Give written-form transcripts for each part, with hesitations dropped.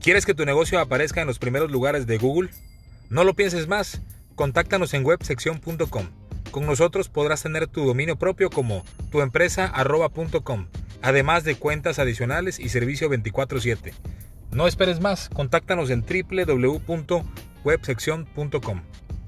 ¿Quieres que tu negocio aparezca en los primeros lugares de Google? No lo pienses más. Contáctanos en websección.com. Con nosotros podrás tener tu dominio propio como tuempresa@.com, además de cuentas adicionales y servicio 24/7. No esperes más. Contáctanos en www.websección.com.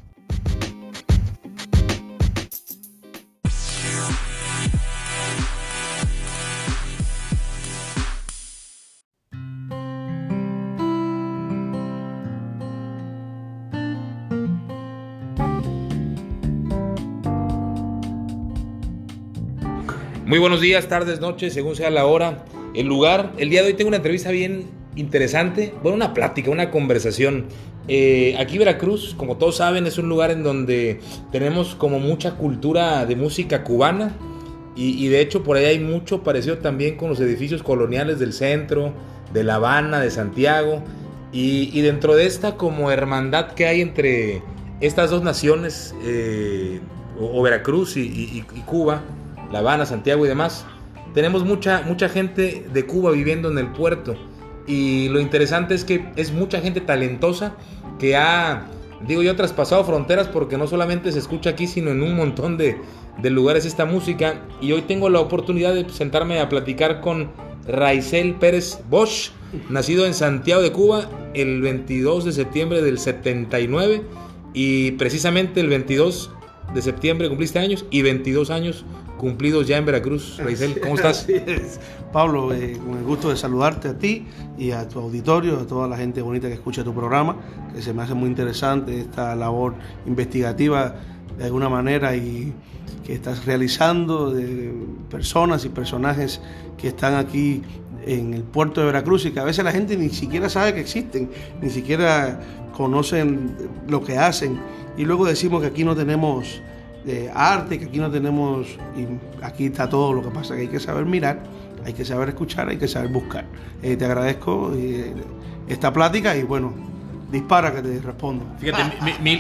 Muy buenos días, tardes, noches, según sea la hora, el lugar. El día de hoy tengo una entrevista bien interesante, bueno, una plática, una conversación. Aquí Veracruz, como todos saben, es un lugar en donde tenemos como mucha cultura de música cubana y de hecho por ahí hay mucho parecido también con los edificios coloniales del centro, de La Habana, de Santiago y dentro de esta como hermandad que hay entre estas dos naciones, o Veracruz y Cuba, La Habana, Santiago y demás, tenemos mucha gente de Cuba viviendo en el puerto y lo interesante es que es mucha gente talentosa que ha, digo yo, traspasado fronteras porque no solamente se escucha aquí sino en un montón de lugares esta música y hoy tengo la oportunidad de sentarme a platicar con Raizel Pérez Bosch, nacido en Santiago de Cuba el 22 de septiembre del 79 y precisamente el 22 de septiembre cumpliste años y 22 años cumplidos ya en Veracruz. Raizel, ¿cómo estás? Así es. Pablo, con el gusto de saludarte a ti y a tu auditorio, a toda la gente bonita que escucha tu programa, que se me hace muy interesante esta labor investigativa de alguna manera y que estás realizando de personas y personajes que están aquí en el puerto de Veracruz y que a veces la gente ni siquiera sabe que existen, ni siquiera conocen lo que hacen y luego decimos que aquí no tenemos arte, que aquí no tenemos, y aquí está todo, lo que pasa que hay que saber mirar, hay que saber escuchar, hay que saber buscar. Te agradezco esta plática y bueno, dispara que te respondo. Fíjate,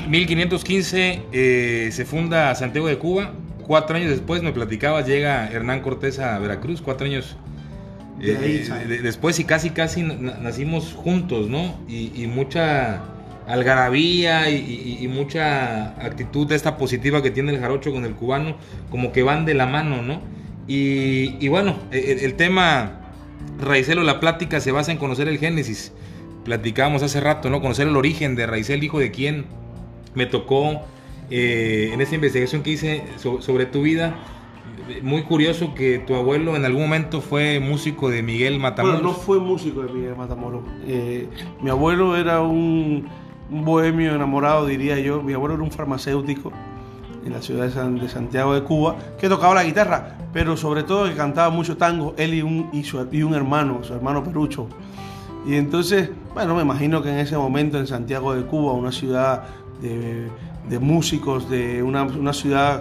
1515 se funda Santiago de Cuba, 4 años después me platicabas, llega Hernán Cortés a Veracruz, 4 años después y casi nacimos juntos, ¿no? Y mucha algarabía y mucha actitud de esta positiva que tiene el jarocho con el cubano, como que van de la mano, ¿no? Y bueno, el tema, Raizel, o la plática se basa en conocer el génesis. Platicábamos hace rato, ¿no? Conocer el origen de Raizel, hijo de quién. Me tocó en esta investigación que hice sobre tu vida, muy curioso que tu abuelo en algún momento fue músico de Miguel Matamoros. Bueno, no fue músico de Miguel Matamoros. Mi abuelo era un bohemio enamorado, diría yo. Mi abuelo era un farmacéutico en la ciudad de Santiago de Cuba, que tocaba la guitarra, pero sobre todo que cantaba mucho tango, él y un hermano, su hermano Perucho. Y entonces, bueno, me imagino que en ese momento en Santiago de Cuba, una ciudad de músicos, de una ciudad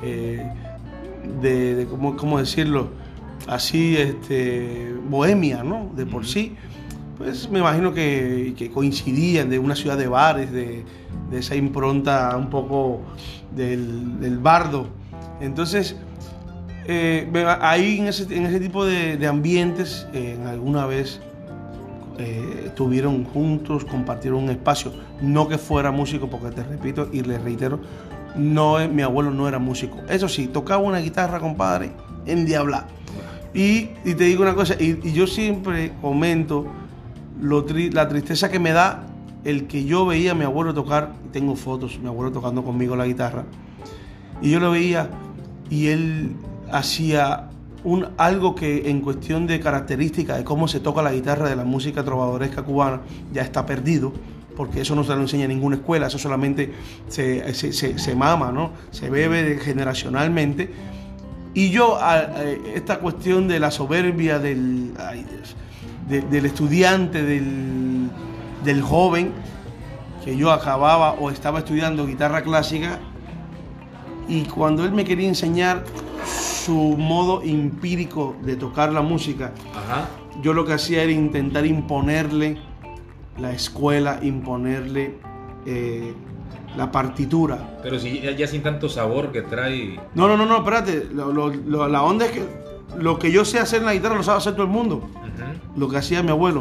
¿cómo decirlo? Así, bohemia, ¿no? De por sí. Pues me imagino que coincidían de una ciudad de bares, de esa impronta un poco del bardo. Entonces, ahí en ese tipo de ambientes, alguna vez estuvieron juntos, compartieron un espacio. No que fuera músico, porque te repito y les reitero, mi abuelo no era músico. Eso sí, tocaba una guitarra, compadre, endiablado. Y te digo una cosa, y yo siempre comento la tristeza que me da el que yo veía a mi abuelo tocar, tengo fotos, mi abuelo tocando conmigo la guitarra, y yo lo veía y él hacía algo que en cuestión de característica de cómo se toca la guitarra de la música trovadoresca cubana ya está perdido, porque eso no se lo enseña en ninguna escuela, eso solamente se mama, ¿no? Se bebe generacionalmente. Y yo, esta cuestión de la soberbia del estudiante, del joven, que yo acababa o estaba estudiando guitarra clásica, y cuando él me quería enseñar su modo empírico de tocar la música, ajá, yo lo que hacía era intentar imponerle la escuela, imponerle la partitura. Pero si ya sin tanto sabor que trae... No, espérate, la onda es que lo que yo sé hacer en la guitarra lo sabe hacer todo el mundo. Uh-huh. Lo que hacía mi abuelo,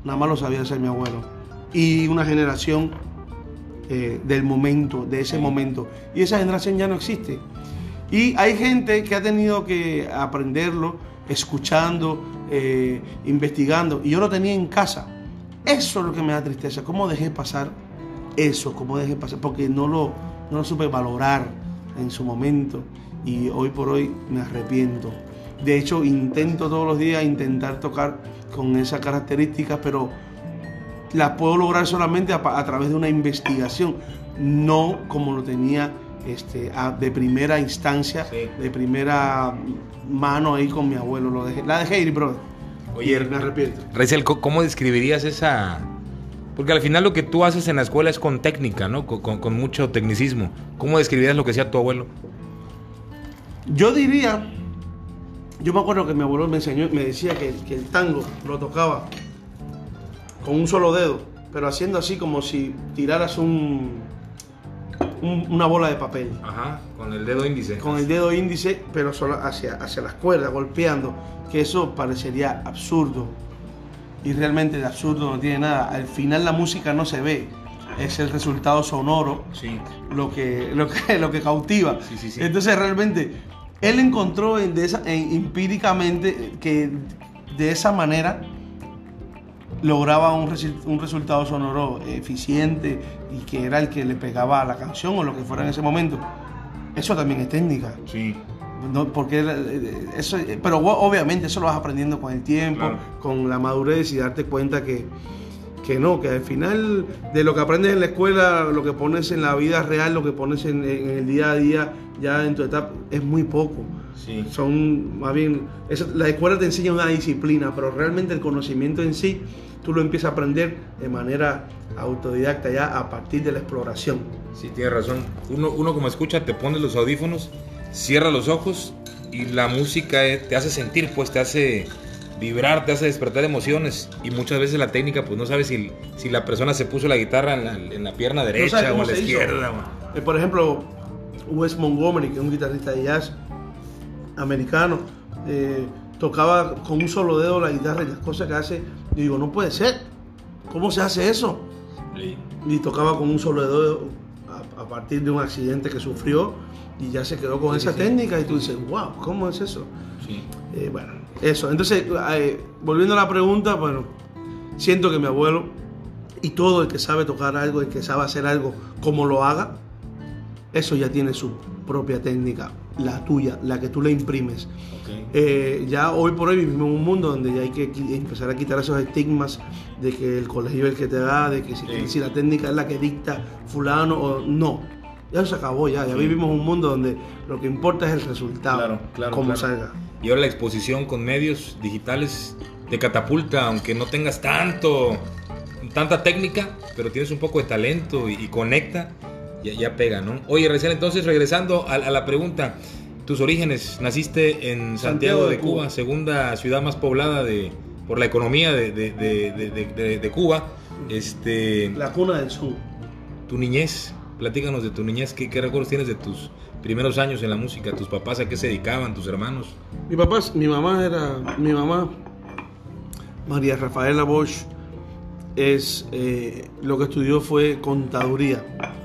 nada más lo sabía hacer mi abuelo. Y una generación del momento, de ese momento. Y esa generación ya no existe. Y hay gente que ha tenido que aprenderlo, escuchando, investigando. Y yo lo tenía en casa. Eso es lo que me da tristeza. ¿Cómo dejé pasar eso? ¿Cómo dejé pasar? Porque no lo supe valorar en su momento. Y hoy por hoy me arrepiento. De hecho, intento todos los días intentar tocar con esas características, pero las puedo lograr solamente a través de una investigación, no como lo tenía de primera instancia, sí, de primera mano ahí con mi abuelo. La dejé ir, brother. Oye, me arrepiento. Reisiel, ¿cómo describirías esa...? Porque al final lo que tú haces en la escuela es con técnica, ¿no? Con mucho tecnicismo. ¿Cómo describirías lo que hacía tu abuelo? Yo me acuerdo que mi abuelo me decía que el tango lo tocaba con un solo dedo, pero haciendo así como si tiraras una bola de papel. Ajá, con el dedo índice. Con el dedo índice, pero solo hacia las cuerdas, golpeando, que eso parecería absurdo. Y realmente de absurdo no tiene nada. Al final la música no se ve, es el resultado sonoro, sí, lo que cautiva. Sí, sí, sí. Entonces realmente él encontró empíricamente que de esa manera lograba un resultado sonoro eficiente y que era el que le pegaba a la canción o lo que fuera en ese momento. Eso también es técnica. Sí. No, porque eso, pero obviamente eso lo vas aprendiendo con el tiempo, claro, con la madurez y darte cuenta que al final de lo que aprendes en la escuela, lo que pones en la vida real, lo que pones en el día a día, ya en tu etapa, es muy poco. Sí. Son más bien, la escuela te enseña una disciplina, pero realmente el conocimiento en sí, tú lo empiezas a aprender de manera autodidacta ya a partir de la exploración. Sí, tienes razón. Uno como escucha, te pones los audífonos, cierra los ojos y la música te hace sentir, pues te hace vibrar, te hace despertar emociones, y muchas veces la técnica pues no sabes si la persona se puso la guitarra en la pierna derecha o en la izquierda. Por ejemplo, Wes Montgomery, que es un guitarrista de jazz americano, tocaba con un solo dedo la guitarra y las cosas que hace, yo digo, no puede ser, ¿cómo se hace eso? Sí. Y tocaba con un solo dedo a partir de un accidente que sufrió y ya se quedó con esa técnica y tú dices, wow, ¿cómo es eso? Sí. Bueno, eso. Entonces, volviendo a la pregunta, bueno, siento que mi abuelo y todo el que sabe tocar algo, el que sabe hacer algo como lo haga, eso ya tiene su propia técnica, la tuya, la que tú le imprimes. Okay. Ya hoy por hoy vivimos en un mundo donde ya hay que empezar a quitar esos estigmas de que el colegio es el que te da, de que si la técnica es la que dicta fulano o no. Ya eso se acabó, ya vivimos en un mundo donde lo que importa es el resultado, cómo salga. Y ahora la exposición con medios digitales te catapulta, aunque no tengas tanta técnica, pero tienes un poco de talento y conecta, ya pega, ¿no? Oye, Reisiel, entonces regresando a la pregunta, tus orígenes, naciste en Santiago de Cuba, segunda ciudad más poblada por la economía de Cuba. La cuna del sur. Tu niñez, platícanos de tu niñez, ¿qué recuerdos tienes de tus primeros años en la música? ¿Tus papás a qué se dedicaban? ¿Tus hermanos? Mi mamá, María Rafaela Bosch, lo que estudió fue contaduría.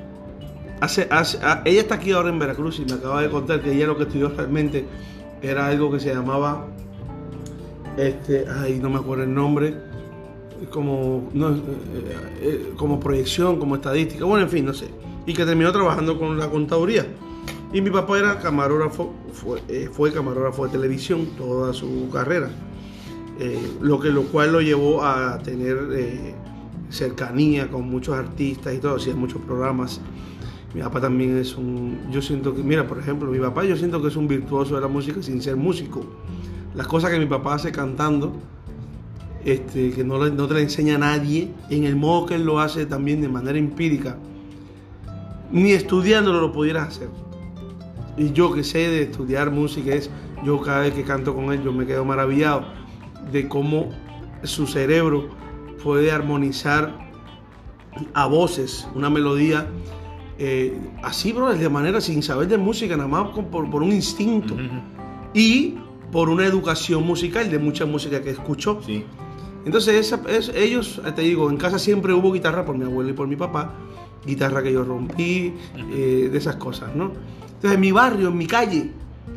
Ella está aquí ahora en Veracruz y me acaba de contar que ella lo que estudió realmente era algo que se llamaba, no me acuerdo el nombre, como proyección, como estadística, bueno, en fin, no sé, y que terminó trabajando con la contaduría. Y mi papá era camarógrafo, fue camarógrafo de televisión toda su carrera, lo cual lo llevó a tener cercanía con muchos artistas y todo, hacía muchos programas. Mi papá también yo siento que, mira, por ejemplo, mi papá yo siento que es un virtuoso de la música sin ser músico. Las cosas que mi papá hace cantando, que no te la enseña a nadie, en el modo que él lo hace también de manera empírica, ni estudiándolo lo pudieras hacer. Y yo que sé de estudiar música, yo cada vez que canto con él, yo me quedo maravillado de cómo su cerebro puede armonizar a voces una melodía así, bro, de manera sin saber de música, nada más por un instinto. Uh-huh. Y por una educación musical de mucha música que escuchó. Sí. Entonces ellos, te digo, en casa siempre hubo guitarra por mi abuelo y por mi papá, guitarra que yo rompí, de esas cosas, ¿no? Entonces en mi barrio, en mi calle,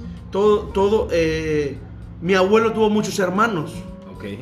mi abuelo tuvo muchos hermanos. Okay.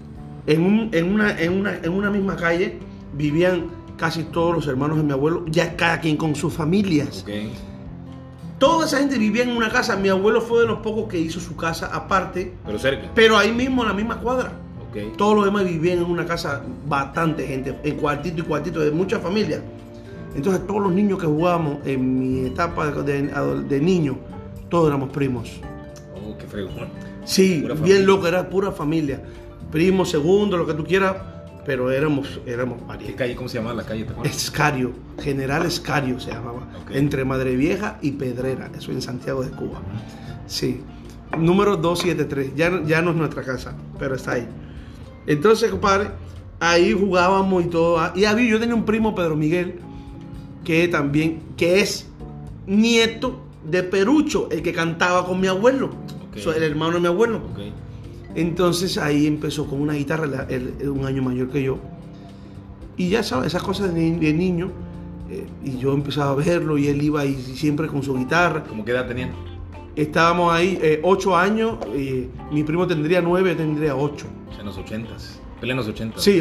En una misma calle vivían casi todos los hermanos de mi abuelo, ya cada quien con sus familias. Okay. Toda esa gente vivía en una casa. Mi abuelo fue de los pocos que hizo su casa aparte. Pero cerca. Pero ahí mismo, en la misma cuadra. Okay. Todos los demás vivían en una casa, bastante gente, en cuartito y cuartito, de muchas familias. Entonces todos los niños que jugábamos en mi etapa de niño, todos éramos primos. Oh, qué fregón. Sí, Pura bien familia. loco, era pura familia. Primo, segundo, lo que tú quieras, pero éramos ¿Qué parientes. calle? ¿Cómo se llamaba la calle? ¿Te acuerdas? Escario, General Escario se llamaba, Okay. entre Madre Vieja y Pedrera, eso en Santiago de Cuba. Sí, número 273, ya no es nuestra casa, pero está ahí. Entonces, compadre, ahí jugábamos y todo. Y yo tenía un primo, Pedro Miguel, que es nieto de Perucho, el que cantaba con mi abuelo, Okay. el hermano de mi abuelo. Okay. Entonces ahí empezó con una guitarra, él un año mayor que yo. Y ya sabes, esas cosas de niño, y yo empezaba a verlo y él iba y siempre con su guitarra. ¿Cómo qué edad tenían? Estábamos ahí 8 años, mi primo tendría 9, yo tendría 8. O sea, en los 80s. Plenos 80s. Sí,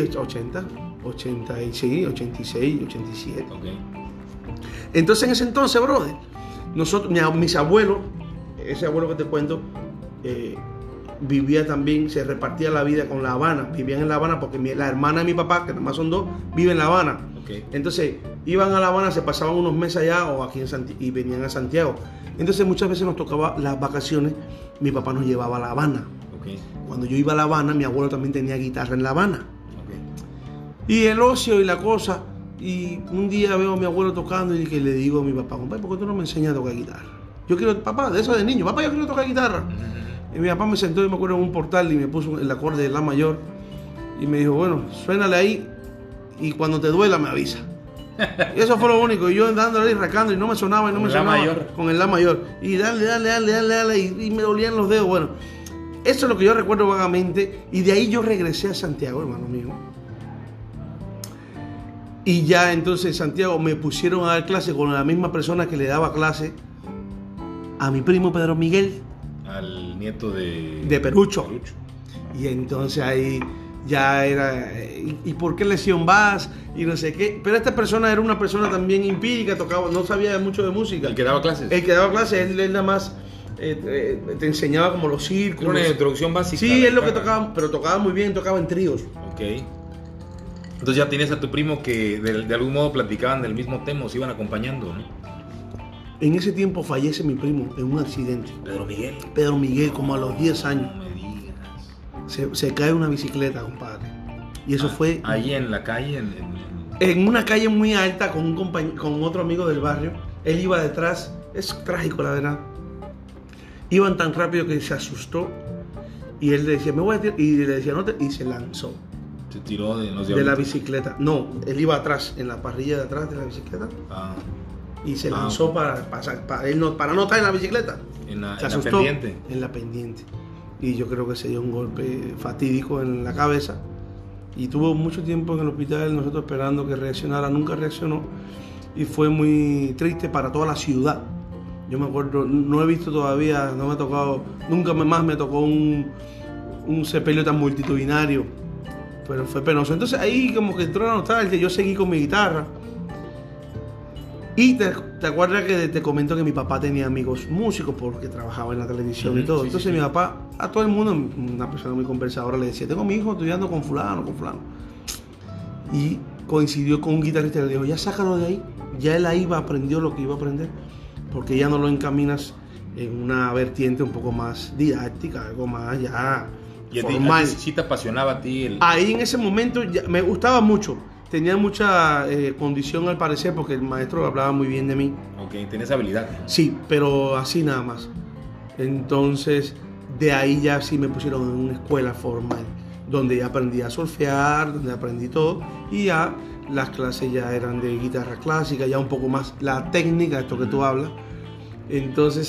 86, 87. Okay. Entonces en ese entonces, brother, mis abuelos, ese abuelo que te cuento, vivía también, se repartía la vida con La Habana, vivían en La Habana porque la hermana de mi papá, que nada más son 2, vive en La Habana. Okay. Entonces iban a La Habana, se pasaban unos meses allá o aquí y venían a Santiago. Entonces muchas veces nos tocaba las vacaciones, mi papá nos llevaba a La Habana. Okay. Cuando yo iba a La Habana, mi abuelo también tenía guitarra en La Habana. Okay. Y el ocio y la cosa, y un día veo a mi abuelo tocando y le digo a mi papá, compadre, ¿por qué tú no me enseñas a tocar guitarra? Yo quiero, papá, de eso de niño, papá, yo quiero tocar guitarra. Y mi papá me sentó, yo me acuerdo, en un portal y me puso el acorde de La mayor y me dijo, bueno, suénale ahí y cuando te duela me avisa. Y eso fue lo único, y yo dándole y rascando y no me sonaba y no Con me el La sonaba. mayor. Con el La mayor. Y dale, y me dolían los dedos. Bueno, eso es lo que yo recuerdo vagamente, y de ahí yo regresé a Santiago, hermano mío. Y ya entonces en Santiago me pusieron a dar clase con la misma persona que le daba clase a mi primo Pedro Miguel. Al nieto De Perucho. Y entonces ahí ya era, ¿y por qué lesión vas? Y no sé qué. Pero esta persona era una persona también empírica, tocaba, no sabía mucho de música. ¿El que daba clases? El que daba clases, él nada más te enseñaba como los círculos. Era una introducción básica. Sí, es lo que guitarra. tocaba, pero tocaba muy bien, tocaba en tríos. Ok. Entonces ya tenías a tu primo que de algún modo platicaban del mismo tema, o se iban acompañando, ¿no? En ese tiempo fallece mi primo en un accidente. Pedro Miguel. Pedro Miguel, como a los 10 años. No me digas. Se cae en una bicicleta, compadre. Y eso fue Ahí en la calle, en una calle muy alta con con otro amigo del barrio. Él iba detrás. Es trágico, la verdad. Iban tan rápido que se asustó. Y él le decía, me voy a tirar. Y le decía, no te... Y se lanzó se tiró de los de la diablitos. bicicleta. No, él iba atrás, en la parrilla de atrás de la bicicleta. Ah, Y se lanzó para no estar en la bicicleta. en la Se asustó pendiente. en la pendiente. Y yo creo que se dio un golpe fatídico en la cabeza. Y tuvo mucho tiempo en el hospital, nosotros esperando que reaccionara. Nunca reaccionó. Y fue muy triste para toda la ciudad. Yo me acuerdo, no he visto todavía, no me ha tocado, nunca más me tocó un sepelio tan multitudinario. Pero fue penoso. Entonces ahí como que entró la nostalgia, yo seguí con mi guitarra. Y te acuerdas que te comento que mi papá tenía amigos músicos porque trabajaba en la televisión y todo. Sí, Entonces sí. mi papá, a todo el mundo, una persona muy conversadora, le decía, tengo a mi hijo estudiando con fulano. Y coincidió con un guitarrista y le dijo, ya sácalo de ahí. Ya él ahí aprendió lo que iba a aprender, porque ya no lo encaminas en una vertiente un poco más didáctica, algo más ya Y a ti formal. sí te apasionaba a ti el... Ahí en ese momento me gustaba mucho. Tenía mucha condición al parecer porque el maestro hablaba muy bien de mí. Ok, tenías habilidad. Sí, pero así nada más. Entonces, de ahí ya sí me pusieron en una escuela formal, donde ya aprendí a solfear, donde aprendí todo, y ya las clases ya eran de guitarra clásica, ya un poco más la técnica, esto que tú hablas. Entonces,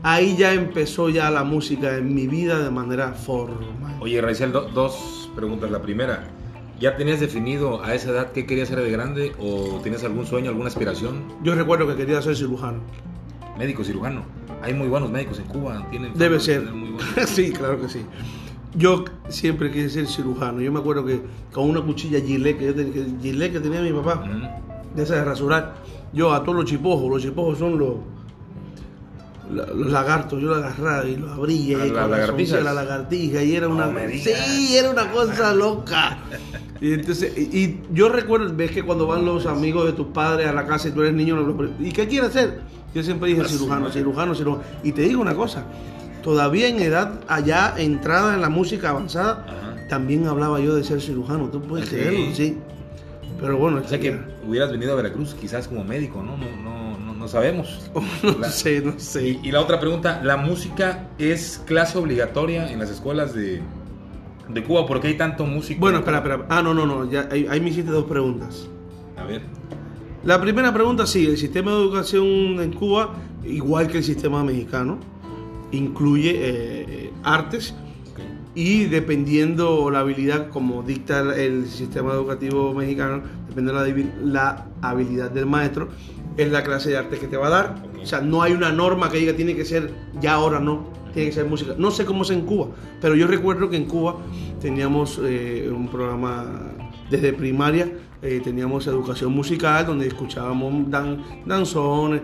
ahí ya empezó ya la música en mi vida de manera formal. Oye, Raizel, dos preguntas. La primera, ¿ya tenías definido a esa edad qué querías ser de grande o tenías algún sueño, alguna aspiración? Yo recuerdo que quería ser cirujano. Médico, cirujano. Hay muy buenos médicos en Cuba. Debe ser. Muy buenos. Sí, claro que sí. Yo siempre quise ser cirujano. Yo me acuerdo que con una cuchilla Gillette que tenía mi papá, de esa de rasurar, yo a todos los chipojos son los lagartos, yo lo agarraba y lo abría la lagartija y era una, sí, era una cosa loca. Y entonces, y yo recuerdo, ves que cuando van los amigos de tus padres a la casa y tú eres niño, ¿y qué quieres hacer? Yo siempre dije cirujano. Y te digo una cosa, todavía en edad allá entrada en la música avanzada, también hablaba yo de ser cirujano, tú puedes creerlo, sí. Pero bueno, o sea que hubieras venido a Veracruz quizás como médico, ¿no? No sabemos. No sé. Y la otra pregunta, ¿la música es clase obligatoria en las escuelas de Cuba? ¿Por qué hay tanto músico? Bueno, espera. No. Ya, ahí me hiciste dos preguntas. A ver. La primera pregunta, sí, el sistema de educación en Cuba, igual que el sistema mexicano, incluye artes. Y dependiendo la habilidad, como dicta el sistema educativo mexicano, depende de la habilidad del maestro, es la clase de arte que te va a dar. O sea, no hay una norma que diga tiene que ser, ya ahora no, tiene que ser música. No sé cómo es en Cuba, pero yo recuerdo que en Cuba teníamos un programa desde primaria, teníamos educación musical donde escuchábamos danzones,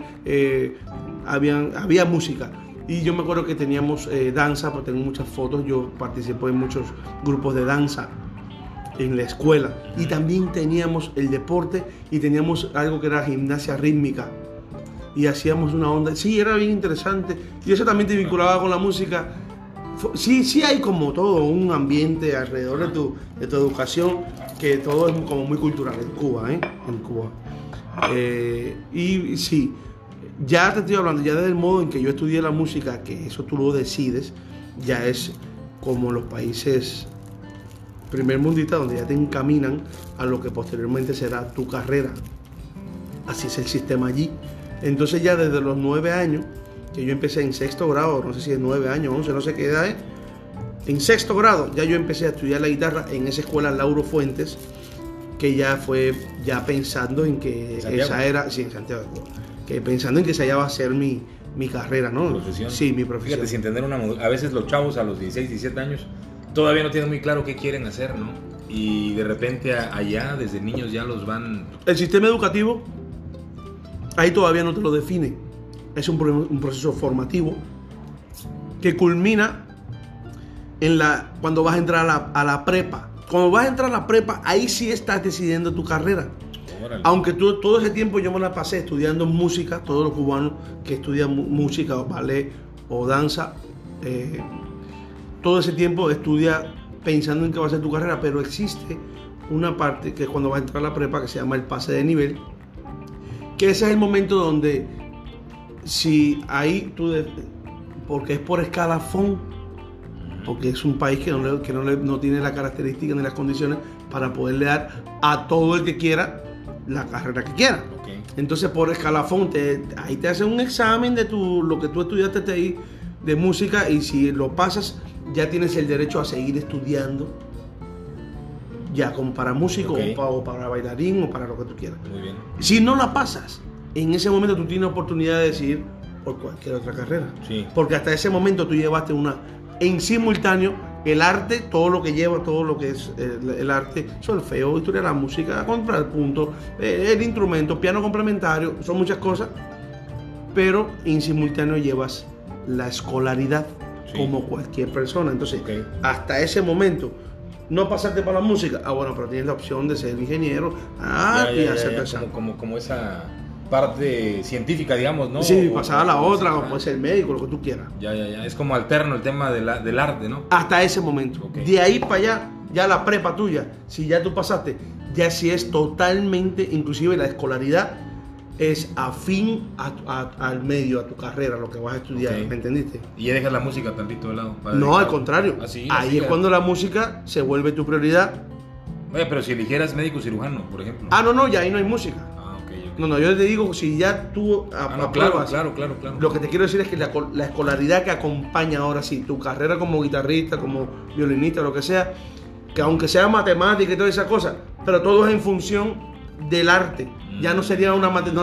había música. Y yo me acuerdo que teníamos danza, porque tengo muchas fotos, yo participé en muchos grupos de danza en la escuela. Y también teníamos el deporte y teníamos algo que era gimnasia rítmica. Y hacíamos una onda, sí, era bien interesante. Y eso también te vinculaba con la música. Sí hay como todo un ambiente alrededor de tu educación, que todo es como muy cultural en Cuba, En Cuba. Y sí. Ya te estoy hablando, ya desde el modo en que yo estudié la música, que eso tú lo decides, ya es como los países primermundistas, donde ya te encaminan a lo que posteriormente será tu carrera. Así es el sistema allí. Entonces ya desde los 9 años, que yo empecé en sexto grado, no sé si es 9 años, 11, no sé qué edad es, en sexto grado ya yo empecé a estudiar la guitarra en esa escuela Lauro Fuentes, que ya fue ya pensando en que esa era, sí, en Santiago, que pensando en que esa ya va a ser mi carrera, ¿no? ¿Profesión? Sí, mi profesión. Fíjate, sin tener a veces los chavos a los 16, 17 años todavía no tienen muy claro qué quieren hacer, ¿no? Y de repente allá, desde niños ya los van... El sistema educativo, ahí todavía no te lo define. Es un proceso formativo que culmina cuando vas a entrar a la prepa. Cuando vas a entrar a la prepa, ahí sí estás decidiendo tu carrera. Órale. Aunque todo ese tiempo yo me la pasé estudiando música, todos los cubanos que estudian música o ballet o danza, todo ese tiempo estudia pensando en qué va a ser tu carrera, pero existe una parte que es cuando vas a entrar a la prepa, que se llama el pase de nivel, que ese es el momento donde si ahí porque es por escalafón, porque es un país que no tiene la característica ni las condiciones para poderle dar a todo el que quiera la carrera que quiera. Okay. Entonces por escalafón ahí te hacen un examen de lo que tú estudiaste ahí de música, y si lo pasas ya tienes el derecho a seguir estudiando ya como para músico, okay, o para bailarín o para lo que tú quieras. Muy bien. Si no la pasas, en ese momento tú tienes la oportunidad de decidir por cualquier otra carrera. Sí. Porque hasta ese momento tú llevaste en simultáneo el arte, todo lo que lleva, todo lo que es el arte, solfeo, historia de la música, contrapunto, el instrumento, piano complementario, son muchas cosas, pero en simultáneo llevas la escolaridad, sí, como cualquier persona. Entonces, okay, hasta ese momento no pasaste para la música, bueno, pero tienes la opción de ser ingeniero, y hacerte como esa parte científica, digamos, ¿no? Sí, pasar a la otra, o puede ser médico, lo que tú quieras. Ya, es como alterno el tema del arte, ¿no? Hasta ese momento. Okay. De ahí para allá, ya la prepa tuya, si ya tú pasaste, ya sí es totalmente, inclusive la escolaridad es afín al medio, a tu carrera, lo que vas a estudiar, okay, ¿me entendiste? Y ya dejas la música tantito de lado. No, al contrario. Ahí es cuando la música se vuelve tu prioridad. Oye, pero si eligieras médico cirujano, por ejemplo. No, ya ahí no hay música. Ok. No, yo te digo, si ya tú apruebas, claro. lo que te quiero decir es que la escolaridad que acompaña ahora sí, tu carrera como guitarrista, como violinista, lo que sea, que aunque sea matemática y todas esas cosas, pero todo es en función del arte. Ya no sería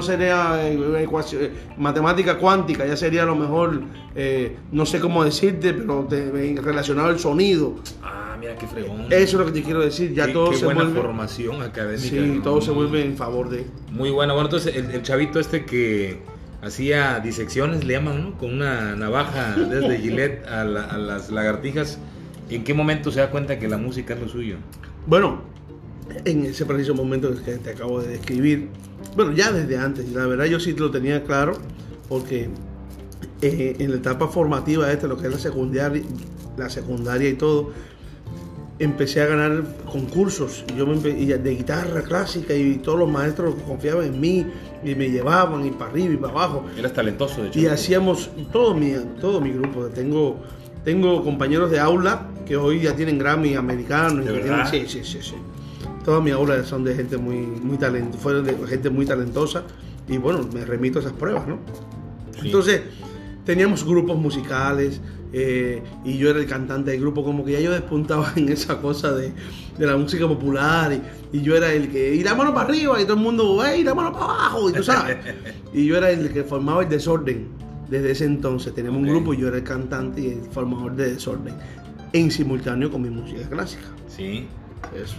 matemática cuántica, ya sería a lo mejor, no sé cómo decirte, pero relacionado al sonido. Ah, mira qué fregón. Eso es lo que te quiero decir, ya todo se vuelve... Qué buena formación académica. Sí, ¿no? todo se vuelve en favor de... Muy bueno. Bueno, entonces el chavito que hacía disecciones, le llaman, ¿no? Con una navaja desde Gillette a las lagartijas, ¿en qué momento se da cuenta que la música es lo suyo? Bueno, en ese preciso momento que te acabo de describir, bueno, ya desde antes, la verdad yo sí lo tenía claro, porque en la etapa formativa lo que es la secundaria y todo, empecé a ganar concursos de guitarra clásica y todos los maestros confiaban en mí y me llevaban y para arriba y para abajo. Eras talentoso, de hecho. Y hacíamos todo mi grupo. Tengo compañeros de aula que hoy ya tienen Grammy americanos. ¿De verdad? Sí. Toda mi aula son de gente fueron de gente muy talentosa y bueno, me remito a esas pruebas, ¿no? Sí. Entonces, teníamos grupos musicales y yo era el cantante del grupo, como que ya yo despuntaba en esa cosa de la música popular y yo era el que, y la mano para arriba y todo el mundo, y la mano para abajo, y tú sabes. Y yo era el que formaba el desorden. Desde ese entonces teníamos un grupo y yo era el cantante y el formador de desorden en simultáneo con mi música clásica. Sí. Eso.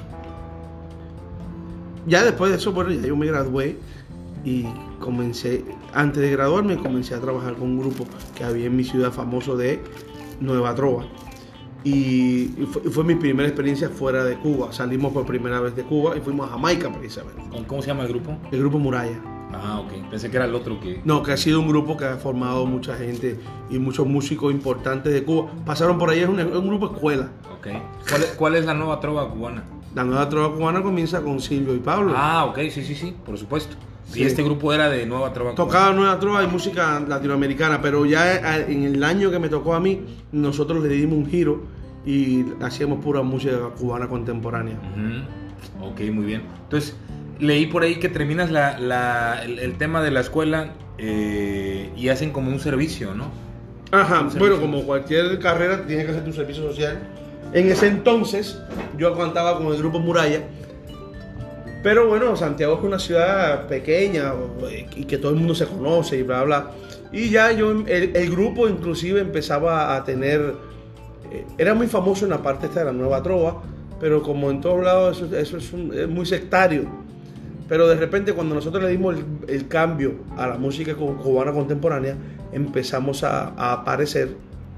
Ya después de eso, bueno, ya yo me gradué y antes de graduarme, comencé a trabajar con un grupo que había en mi ciudad famoso de Nueva Trova. Y fue mi primera experiencia fuera de Cuba. Salimos por primera vez de Cuba y fuimos a Jamaica precisamente. ¿Cómo se llama el grupo? El grupo Muralla. Ah, ok. Pensé que era el otro que... No, que ha sido un grupo que ha formado mucha gente y muchos músicos importantes de Cuba. Pasaron por ahí, es un grupo escuela. Ok. ¿Cuál es la nueva trova cubana? La nueva trova cubana comienza con Silvio y Pablo. Ah, ok, sí, por supuesto. Sí. Y este grupo era de nueva trova cubana. Tocaba nueva trova y música latinoamericana, pero ya en el año que me tocó a mí, nosotros le dimos un giro y hacíamos pura música cubana contemporánea. Ok, muy bien. Entonces, leí por ahí que terminas el tema de la escuela y hacen como un servicio, ¿no? Ajá, bueno, como cualquier carrera tienes que hacer tu servicio social. En ese entonces yo aguantaba con el grupo Muralla, pero bueno, Santiago es una ciudad pequeña y que todo el mundo se conoce y bla bla. Y ya el grupo inclusive empezaba a tener, era muy famoso en la parte esta de la nueva trova, pero como en todos lados eso es muy sectario. Pero de repente cuando nosotros le dimos el cambio a la música cubana contemporánea, empezamos a aparecer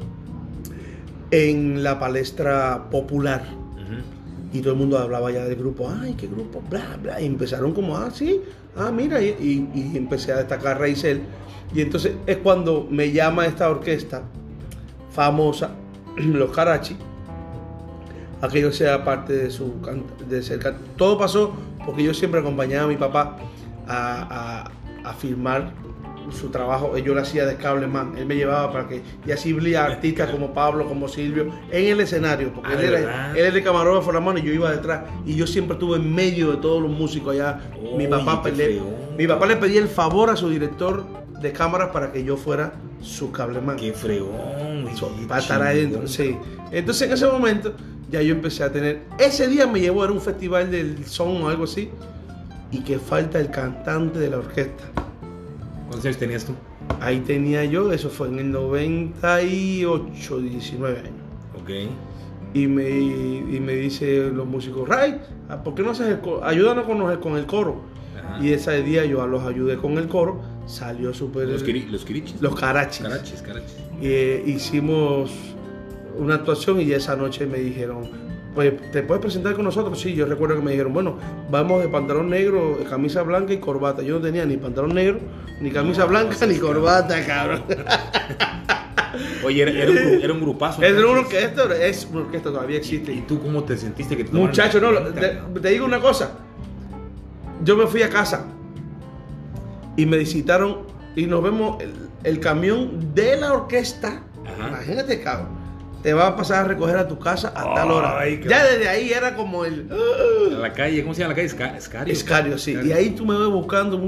en la palestra popular. Y todo el mundo hablaba ya del grupo, ay, qué grupo, bla, bla. Y empezaron como, mira, y empecé a destacar Raicel. Y entonces es cuando me llama esta orquesta famosa, los Carachis, a que yo sea parte de ser cantante. Todo pasó porque yo siempre acompañaba a mi papá a filmar su trabajo. Yo le hacía de cableman, él me llevaba para que, y así veía artistas como Pablo, como Silvio, en el escenario, porque él era el camarógrafo a la mano y yo iba detrás, y yo siempre estuve en medio de todos los músicos allá. Mi papá le pedía el favor a su director de cámaras para que yo fuera su cableman. ¡Qué fregón! Para estar adentro, sí. Entonces en ese momento ya yo empecé a tener, ese día me llevó a un festival del son o algo así, y que falta el cantante de la orquesta. ¿Cuántos años tenías tú? Ahí tenía yo, eso fue en el 98, 19 años. Ok. Y me dice los músicos, Ray, ¿por qué no haces el coro? Ayúdanos con el coro. Ajá. Y ese día yo los ayudé con el coro, salió súper... ¿Los Kirichis? Los Carachis. Carachis. Hicimos una actuación y esa noche me dijeron, pues, ¿te puedes presentar con nosotros? Sí, yo recuerdo que me dijeron, bueno, vamos de pantalón negro, camisa blanca y corbata. Yo no tenía ni pantalón negro, ni camisa blanca, ni corbata, cabrón. Oye, era un grupazo. Es una orquesta, todavía existe. ¿Y tú cómo te sentiste que te Muchacho, te digo una cosa. Yo me fui a casa y me visitaron y nos vemos el camión de la orquesta. Ajá. Imagínate, cabrón. Te va a pasar a recoger a tu casa a tal hora. Ya desde ahí era como el... A la calle, ¿cómo se llama la calle? Escario. Escario, sí. Escario. Y ahí tú me ves buscando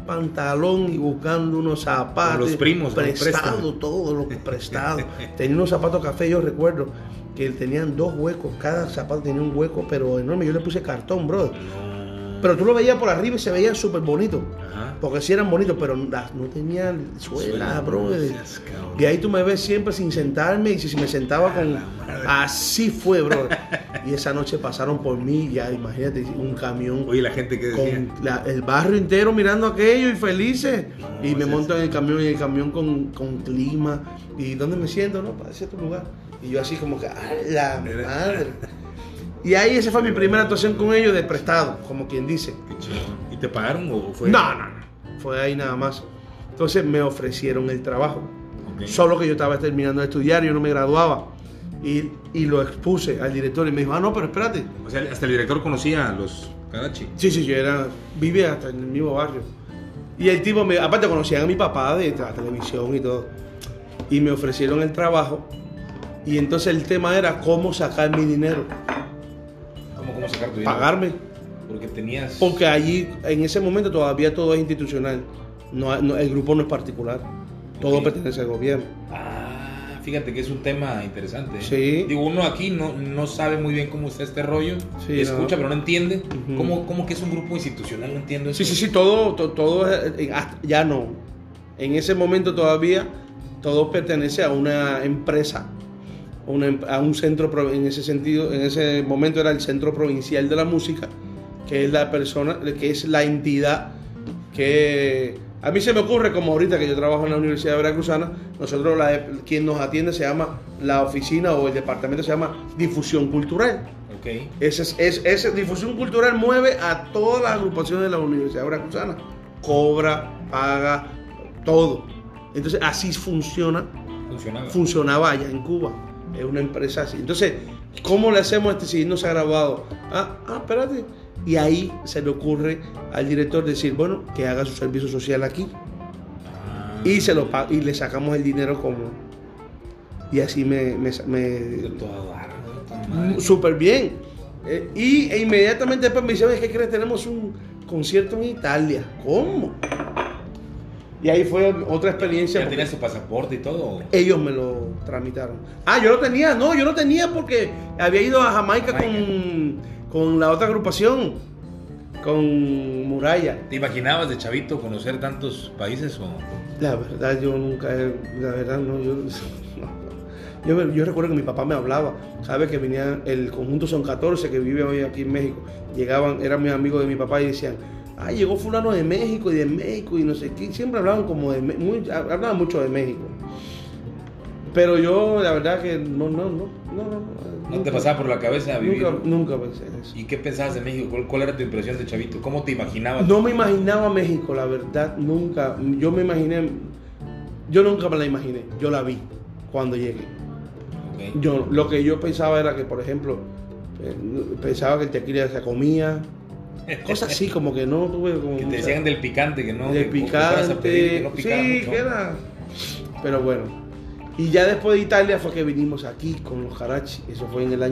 pantalón y buscando unos zapatos. Con los primos, prestado, todo lo prestado. Tenía unos zapatos café, yo recuerdo, que tenían 2 huecos. Cada zapato tenía un hueco, pero enorme. Yo le puse cartón, brother. Pero tú lo veías por arriba y se veía súper bonito. Porque sí eran bonitos, pero no tenían suela, brother. Y ahí tú me ves siempre sin sentarme, y si me sentaba con... Así fue, brother. Y esa noche pasaron por mí, ya imagínate, un camión. Oye, la gente que decía... Con el barrio entero mirando aquello y felices. Y me monto en el camión, y el camión con clima. ¿Y dónde me siento? No, para ese tu lugar. Y yo así como que, ¡a la madre! Y ahí esa fue mi primera actuación con ellos de prestado, como quien dice. Qué chido. ¿Y te pagaron o fue...? No. Fue ahí nada más. Entonces me ofrecieron el trabajo. Solo que yo estaba terminando de estudiar, yo no me graduaba. Y lo expuse al director y me dijo, no, pero espérate. O sea, hasta el director conocía a los Karachi. Sí, yo vivía hasta en el mismo barrio. Y el tipo, aparte conocían a mi papá de la televisión y todo. Y me ofrecieron el trabajo. Y entonces el tema era cómo sacar mi dinero. ¿Cómo sacar tu dinero? Pagarme. Porque allí, en ese momento, todavía todo es institucional. El grupo no es particular. Todo pertenece al gobierno. Fíjate que es un tema interesante. Sí. Digo, uno aquí no sabe muy bien cómo está este rollo. Sí, escucha, pero no entiende. ¿Cómo que es un grupo institucional? No entiendo eso. Sí, todo ya no. En ese momento todavía todo pertenece a una empresa. A un centro, en ese sentido, en ese momento era el Centro Provincial de la Música, que es la persona, que es la entidad que a mí se me ocurre, como ahorita que yo trabajo en la Universidad Veracruzana, nosotros quien nos atiende se llama la oficina o el departamento se llama Difusión Cultural. Esa Difusión Cultural mueve a todas las agrupaciones de la Universidad Veracruzana, cobra, paga, todo. Entonces así funcionaba allá en Cuba. Es una empresa así. Entonces, ¿cómo le hacemos si no se ha grabado? Espérate. Y ahí se le ocurre al director decir, bueno, que haga su servicio social aquí. Y le sacamos el dinero como... Y así súper bien. E inmediatamente después me dice, ¿qué crees? Tenemos un concierto en Italia. ¿Cómo? Y ahí fue otra experiencia. ¿Ya tenías tu pasaporte y todo? Ellos me lo tramitaron. Yo lo tenía. No, yo lo tenía porque había ido a Jamaica con la otra agrupación, con Muralla. ¿Te imaginabas de chavito conocer tantos países o...? La verdad, yo nunca... La verdad, no, yo recuerdo que mi papá me hablaba. Cada vez que venía el conjunto Son 14, que vive hoy aquí en México, llegaban, eran mis amigos de mi papá y decían... llegó fulano de México y no sé qué. Siempre hablaban hablaban mucho de México. Pero yo, la verdad que no. ¿No te pasaba por la cabeza vivir? Nunca pensé eso. ¿Y qué pensabas de México? ¿Cuál era tu impresión de chavito? ¿Cómo te imaginabas? No me imaginaba México, la verdad, nunca. Yo nunca me la imaginé. Yo la vi cuando llegué. Lo que yo pensaba era que, por ejemplo, pensaba que el tequila se comía. Cosas así, como que no tuve como... Que te decían del picante, que no... Del picante, que no picara mucho. Que era... Pero bueno. Y ya después de Italia fue que vinimos aquí con los Karachi. Eso fue en el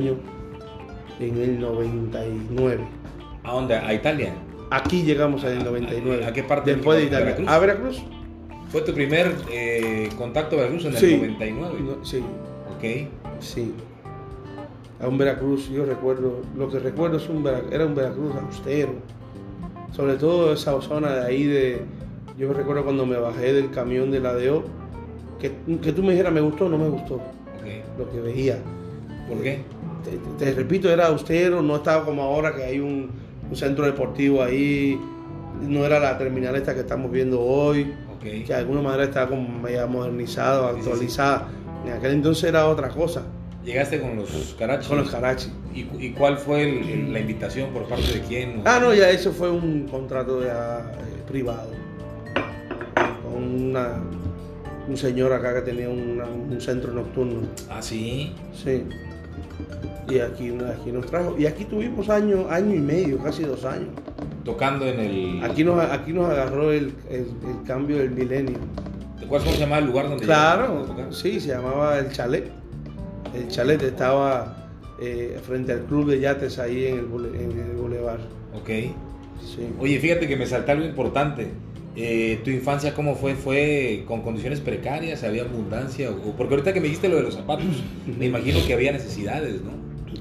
99. ¿A dónde? ¿A Italia? Aquí llegamos en el 99. ¿A qué parte? Después de Italia. ¿Veracruz? ¿A Veracruz? ¿Fue tu primer contacto a Veracruz en el 99? Sí. Ok. Sí. A un Veracruz, yo recuerdo, lo que recuerdo era un Veracruz austero. Sobre todo esa zona de ahí yo recuerdo cuando me bajé del camión de la DO, que tú me dijeras, ¿me gustó o no me gustó? Lo que veía. ¿Por qué? Te repito, era austero, no estaba como ahora que hay un centro deportivo ahí, no era la terminal esta que estamos viendo hoy, que de alguna manera estaba como media modernizada, actualizada. En aquel entonces era otra cosa. ¿Llegaste con los Karachi? Con los Karachi. ¿Y cuál fue la invitación por parte de quién? Ya eso fue un contrato privado. Con un señor acá que tenía un centro nocturno. ¿Ah, sí? Sí. Y aquí nos trajo. Y aquí tuvimos año y medio, casi 2 años. Tocando en el... Aquí nos agarró el cambio del milenio. ¿Te acuerdas cómo se llamaba el lugar donde Claro, sí, se llamaba El Chalet. El Chalet estaba frente al club de yates ahí en el Boulevard. Ok. Sí. Oye, fíjate que me salta algo importante. ¿Tu infancia cómo fue? ¿Fue con condiciones precarias? ¿Había abundancia? Porque ahorita que me dijiste lo de los zapatos, me imagino que había necesidades, ¿no?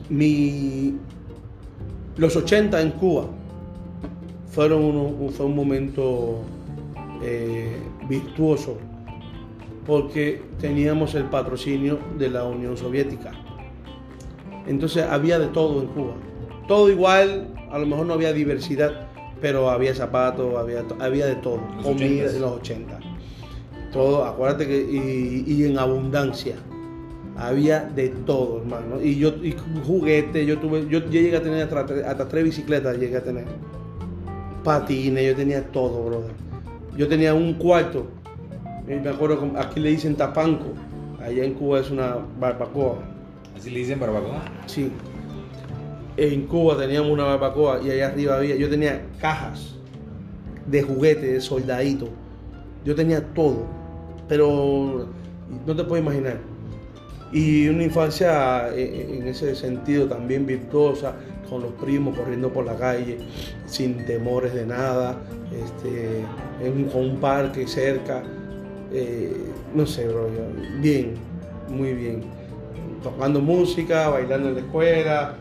Los 80 en Cuba fue un momento virtuoso, porque teníamos el patrocinio de la Unión Soviética. Entonces había de todo en Cuba. Todo igual, a lo mejor no había diversidad, pero había zapatos, había de todo. Comida de los 80. Todo, acuérdate que y en abundancia. Había de todo, hermano. Y juguetes, yo llegué a tener hasta 3 bicicletas, llegué a tener. Patines, yo tenía todo, brother. Yo tenía un cuarto, me acuerdo, aquí le dicen tapanco, allá en Cuba es una barbacoa. ¿Así le dicen barbacoa? Sí. En Cuba teníamos una barbacoa y allá arriba yo tenía cajas de juguetes, de soldaditos. Yo tenía todo, pero no te puedes imaginar. Y una infancia en ese sentido también virtuosa, con los primos corriendo por la calle, sin temores de nada, con un parque cerca, no sé, bro, bien, muy bien. Tocando música, bailando en la escuela,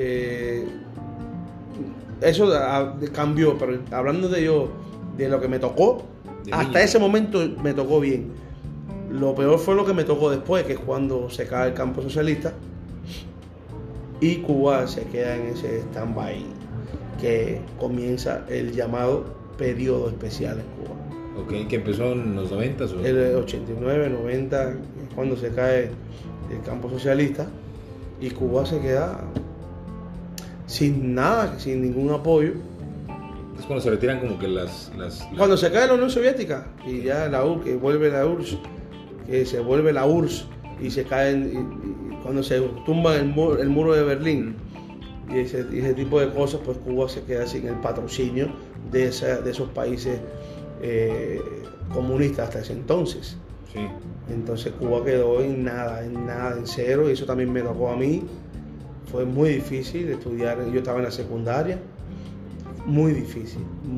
eso cambió, pero hablando de lo que me tocó, hasta ese momento me tocó bien. Lo peor fue lo que me tocó después, que es cuando se cae el campo socialista y Cuba se queda en ese stand-by, que comienza el llamado periodo especial en Cuba. Ok, que empezó en los 90 o... El 89, 90, es cuando se cae el campo socialista y Cuba se queda sin nada, sin ningún apoyo. Es cuando se retiran como que Cuando se cae la Unión Soviética y ya la URSS, que vuelve la URSS, que se vuelve la URSS y se caen, cuando se tumba el muro de Berlín y ese tipo de cosas, pues Cuba se queda sin el patrocinio de esos países comunistas hasta ese entonces. Sí. Entonces Cuba quedó en nada, en cero, y eso también me tocó a mí. Fue muy difícil estudiar, yo estaba en la secundaria, muy difícil,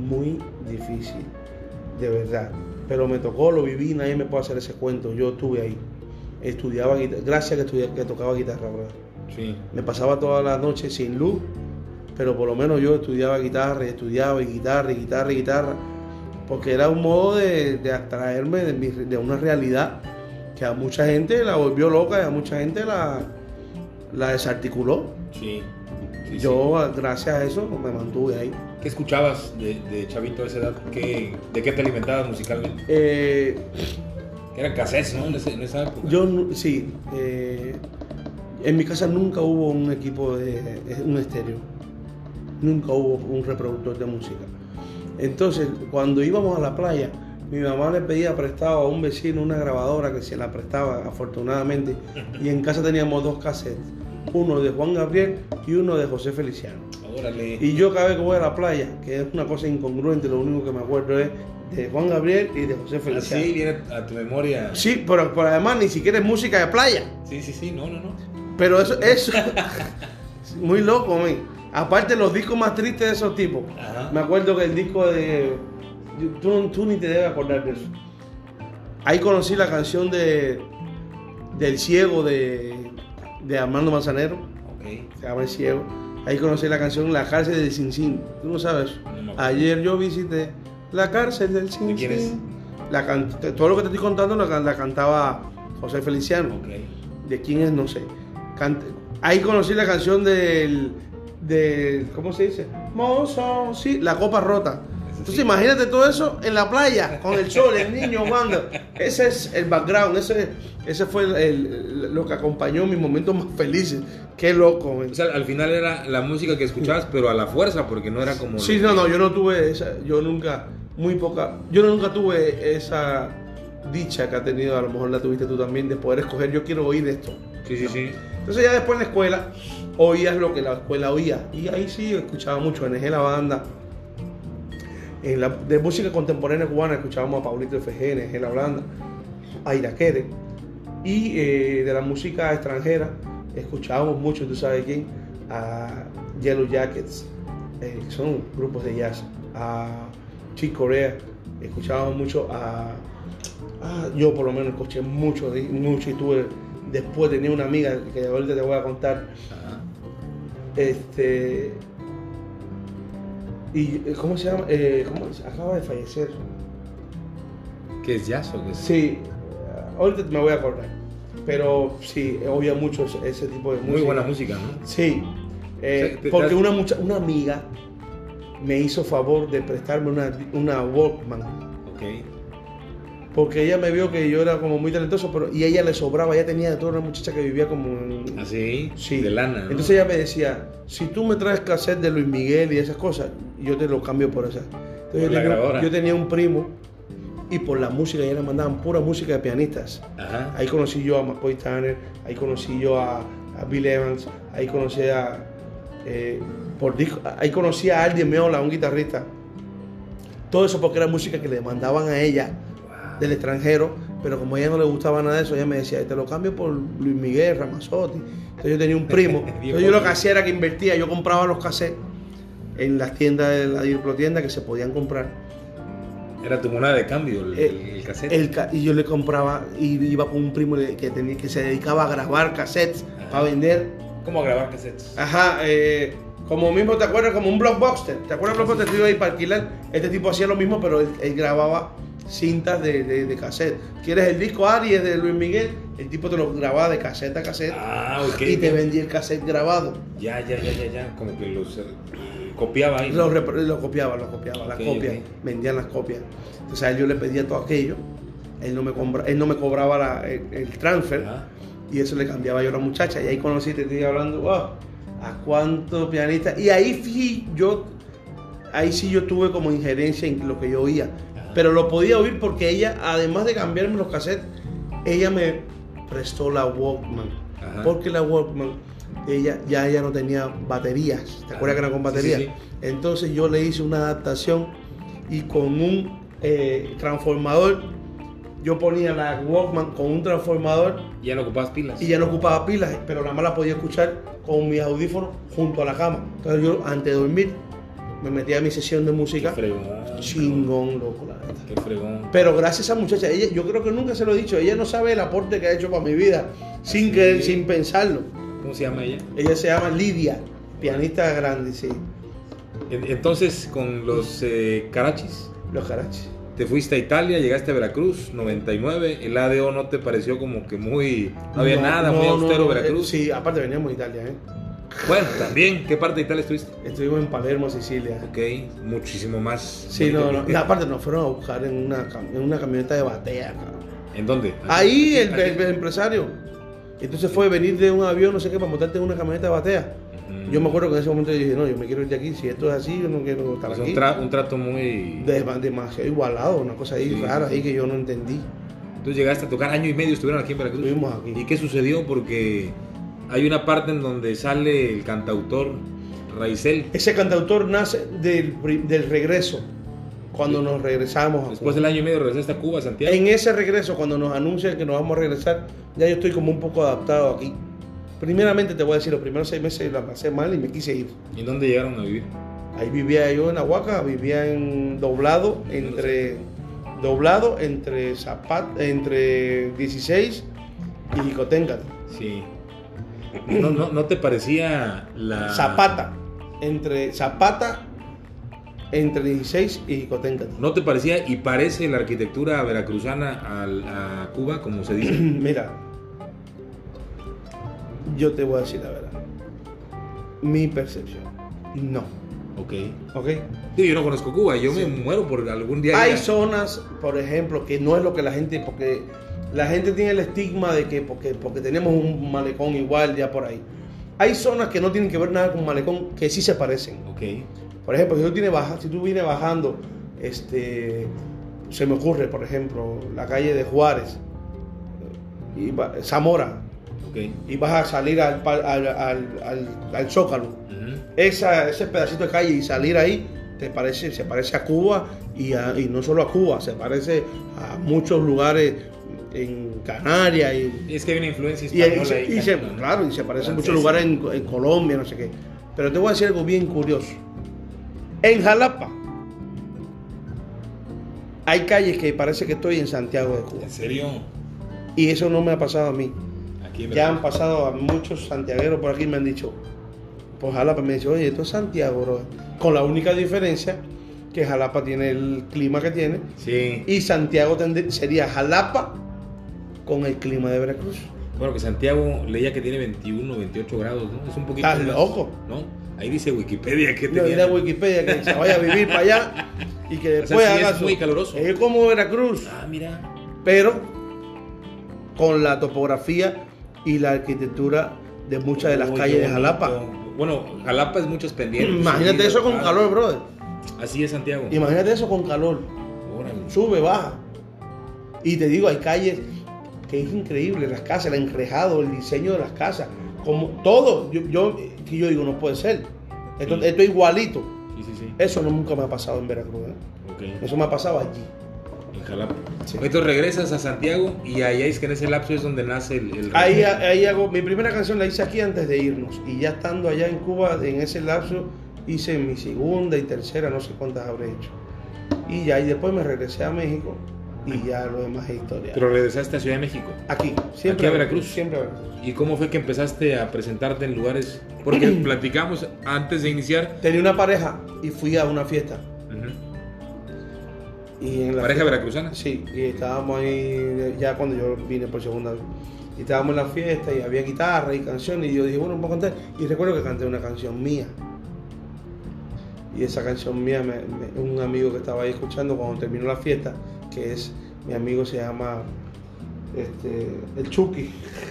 de verdad. Pero me tocó, lo viví, nadie me puede hacer ese cuento, yo estuve ahí. Estudiaba guitarra, gracias que tocaba guitarra, ¿verdad? Sí. Me pasaba todas las noches sin luz, pero por lo menos yo estudiaba guitarra, y estudiaba guitarra, porque era un modo de abstraerme de una realidad que a mucha gente la volvió loca y a mucha gente la desarticuló. Sí. Yo, gracias a eso, me mantuve ahí. ¿Qué escuchabas de chavito a esa edad? ¿De qué te alimentabas musicalmente? Eran cassettes, ¿no? En esa época. Sí. En mi casa nunca hubo un equipo un estéreo. Nunca hubo un reproductor de música. Entonces, cuando íbamos a la playa, mi mamá le pedía prestado a un vecino una grabadora que se la prestaba, afortunadamente, y en casa teníamos 2 cassettes, uno de Juan Gabriel y uno de José Feliciano. Órale. Y yo cada vez que voy a la playa, que es una cosa incongruente, lo único que me acuerdo es de Juan Gabriel y de José Feliciano. Sí, viene a tu memoria. Sí, pero además ni siquiera es música de playa. Sí, no. Pero eso muy loco, man. Aparte los discos más tristes de esos tipos. Ajá. Me acuerdo que el disco de... Tú ni te debes acordar de eso. Ahí conocí la canción del Ciego de Armando Manzanero. Ok. Se llama El Ciego. Ahí conocí la canción La Cárcel del Sin Sin. ¿Tú no sabes? No. Ayer yo visité la cárcel del Sin Sin. ¿De quién es? Todo lo que te estoy contando la cantaba José Feliciano. Okay. ¿De quién es? No sé. Ahí conocí la canción del ¿cómo se dice? Mozo, sí, La Copa Rota. Entonces imagínate todo eso en la playa, con el sol, el niño jugando. Ese es el background, ese fue lo que acompañó mis momentos más felices. Qué loco, man. O sea, al final era la música que escuchabas, pero a la fuerza, porque no era como... Sí, no, yo no tuve esa, yo nunca tuve esa dicha que ha tenido, a lo mejor la tuviste tú también, de poder escoger, yo quiero oír esto. Sí. Entonces ya después en la escuela, oías lo que la escuela oía. Y ahí sí escuchaba mucho NG La Banda. De música contemporánea cubana escuchábamos a Pablito FG, NG La Banda, a Iraquere. Y de la música extranjera escuchábamos mucho, ¿tú sabes quién? A Yellow Jackets, son grupos de jazz. A Chick Corea, escuchábamos mucho yo por lo menos escuché mucho y tuve, después tenía una amiga que ahorita te voy a contar. Ajá. Y ¿cómo se llama? Acaba de fallecer. ¿Qué es jazz o qué es? Sí, ahorita me voy a acordar. Pero sí, oía mucho ese tipo de música. Muy buena música, ¿no? Sí, porque una amiga me hizo favor de prestarme una Walkman. Ok. Porque ella me vio que yo era como muy talentoso, y a ella le sobraba, ella tenía de toda una muchacha que vivía como en... ¿Ah, sí? Sí. De lana, ¿no? Entonces ella me decía, si tú me traes cassette de Luis Miguel y esas cosas, yo te lo cambio por esa. Entonces yo tenía un primo, y por la música, ella le mandaban pura música de pianistas. Ajá. Ahí conocí yo a McCoy Tanner, ahí conocí yo a Bill Evans, ahí conocí ahí conocí a Aldi Meola, un guitarrista. Todo eso porque era música que le mandaban a ella del extranjero, pero como a ella no le gustaba nada de eso, ella me decía, te lo cambio por Luis Miguel, Ramazzotti. Entonces yo tenía un primo, entonces yo lo que hacía era que invertía, yo compraba los cassettes en las tiendas de la Diplotienda que se podían comprar. Era tu moneda de cambio, el cassette. Y yo le compraba, y iba con un primo que se dedicaba a grabar cassettes para vender. ¿Cómo a grabar cassettes? Ajá, como mismo, ¿te acuerdas? Como un Blockbuster. ¿Te acuerdas del Blockbuster? Tú ibas ahí para alquilar. Este tipo hacía lo mismo, pero él grababa cintas de cassette. ¿Quieres el disco Aries de Luis Miguel? El tipo te lo grababa de cassette a cassette. Ah, ok. Y te vendía el cassette grabado. Ya. Como que los copiaba ahí. Lo copiaba, las copias. Okay. Vendían las copias. Entonces a él yo le pedía todo aquello. Él no me cobraba el transfer. Ajá. Y eso le cambiaba yo a la muchacha. Y ahí conocí, te estoy hablando, wow, a cuántos pianistas. Y ahí sí yo tuve como injerencia en lo que yo oía. Ajá. Pero lo podía oír porque ella, además de cambiarme los cassettes, ella me prestó la Walkman. Ajá. Porque la Walkman, ella no tenía baterías. ¿Te acuerdas que era con baterías? Sí. Entonces yo le hice una adaptación y con un transformador, yo ponía la Walkman con un transformador. ¿Y ya no ocupabas pilas? Y ya no ocupaba pilas, pero nada más la podía escuchar con mis audífonos junto a la cama. Entonces yo, antes de dormir, me metía a mi sesión de música. Qué fregón. Chingón, loco, la neta. Qué fregón. Pero gracias a esa muchacha, yo creo que nunca se lo he dicho, ella no sabe el aporte que ha hecho para mi vida, sin pensarlo. ¿Cómo se llama ella? Ella se llama Lidia, pianista grande, sí. Entonces, con los Carachis. Los Carachis. Te fuiste a Italia, llegaste a Veracruz, 99. El ADO no te pareció como que muy... No había nada, muy austero Veracruz. Sí, aparte veníamos de Italia, Bueno, también. ¿Qué parte de Italia estuviste? Estuvimos en Palermo, Sicilia. Ok, muchísimo más. Sí, no. Y aparte nos fueron a buscar en una camioneta de batea, cabrón. ¿En dónde? Ahí el empresario. Entonces fue venir de un avión, no sé qué, para montarte en una camioneta de batea. Yo me acuerdo que en ese momento yo dije, no, yo me quiero ir de aquí, si esto es así, yo no quiero estar aquí. Un trato muy... demasiado igualado, una cosa ahí rara ahí que yo no entendí. Entonces llegaste a tocar, año y medio estuvieron aquí en Veracruz. Estuvimos aquí. ¿Y qué sucedió? Porque hay una parte en donde sale el cantautor Raizel. Ese cantautor nace del regreso, cuando nos regresamos. Después del año y medio regresaste a Cuba, Santiago. En ese regreso, cuando nos anuncian que nos vamos a regresar, ya yo estoy como un poco adaptado aquí. Primeramente te voy a decir, los primeros 6 meses la pasé mal y me quise ir. ¿Y en dónde llegaron a vivir? Ahí vivía yo en Ahuaca, vivía en Doblado, entre 16 y Jicoténcatl. Sí. ¿No te parecía la... Zapata, entre 16 y Jicoténcatl. ¿No te parecía y parece la arquitectura veracruzana a Cuba, como se dice? Mira, yo te voy a decir la verdad. Mi percepción, no. Ok. Sí, yo no conozco Cuba, yo me muero por algún día. Hay zonas, por ejemplo, que no es lo que la gente, porque la gente tiene el estigma de que porque tenemos un malecón igual ya por ahí. Hay zonas que no tienen que ver nada con malecón, que sí se parecen. Ok. Por ejemplo, si tú vienes bajando, se me ocurre, por ejemplo, la calle de Juárez, Zamora. Okay. Y vas a salir al Zócalo. Uh-huh. Ese pedacito de calle y salir ahí se parece a Cuba y no solo a Cuba, se parece a muchos lugares en Canarias. Y es que hay una influencia española ahí. Claro, y se parece a muchos lugares en Colombia, no sé qué. Pero te voy a decir algo bien curioso. En Jalapa, Hay calles que parece que estoy en Santiago de Cuba. ¿En serio? Y eso no me ha pasado a mí. Aquí Ya han pasado a muchos santiagueros por aquí y me han dicho, por Jalapa me han dicho, oye, esto es Santiago, bro. Con la única diferencia que Jalapa tiene el clima que tiene. Sí. Y Santiago sería Jalapa con el clima de Veracruz. Bueno, que Santiago leía que tiene 21, 28 grados, ¿no? Es un poquito ¿Estás más, loco? ¿no? Ahí dice Wikipedia que No, tenía. mira Wikipedia que se vaya a vivir para allá y que O sea, después sí haga es muy caluroso. Es como Veracruz, Ah, mira. pero con la topografía y la arquitectura de muchas de las Uy, calles qué de Jalapa. bonito. Bueno, Jalapa es muchos pendientes. Imagínate subidas, eso con bajadas. calor, brother. Así es Santiago. Imagínate eso con calor. Órale. Sube, baja. Y te digo, hay calles que es increíble, las casas, el enrejado, el diseño de las casas, como todo. Yo digo, no puede ser. Esto es igualito. Sí, sí, sí. Eso nunca me ha pasado en Veracruz. Ok. Eso me ha pasado allí. En Jalapa. Sí. Entonces regresas a Santiago y allá es que en ese lapso es donde nace el Ahí hago, mi primera canción la hice aquí antes de irnos. Y ya estando allá en Cuba, en ese lapso, hice mi segunda y tercera, no sé cuántas habré hecho. Y ya, y después me regresé a México y ya lo demás es historia. Pero regresaste a Ciudad de México. Aquí, siempre Aquí a Veracruz. Siempre a Veracruz. ¿Y cómo fue que empezaste a presentarte en lugares? Porque platicamos antes de iniciar. Tenía una pareja y fui a una fiesta. Ujú. Y en la ¿Pareja fiesta- veracruzana? Sí, y estábamos ahí ya cuando yo vine por segunda vez. Y estábamos en la fiesta y había guitarra y canciones y yo dije, bueno, vamos a cantar. Y recuerdo que canté una canción mía. Y esa canción mía, un amigo que estaba ahí escuchando cuando terminó la fiesta, que es, mi amigo se llama el Chucky.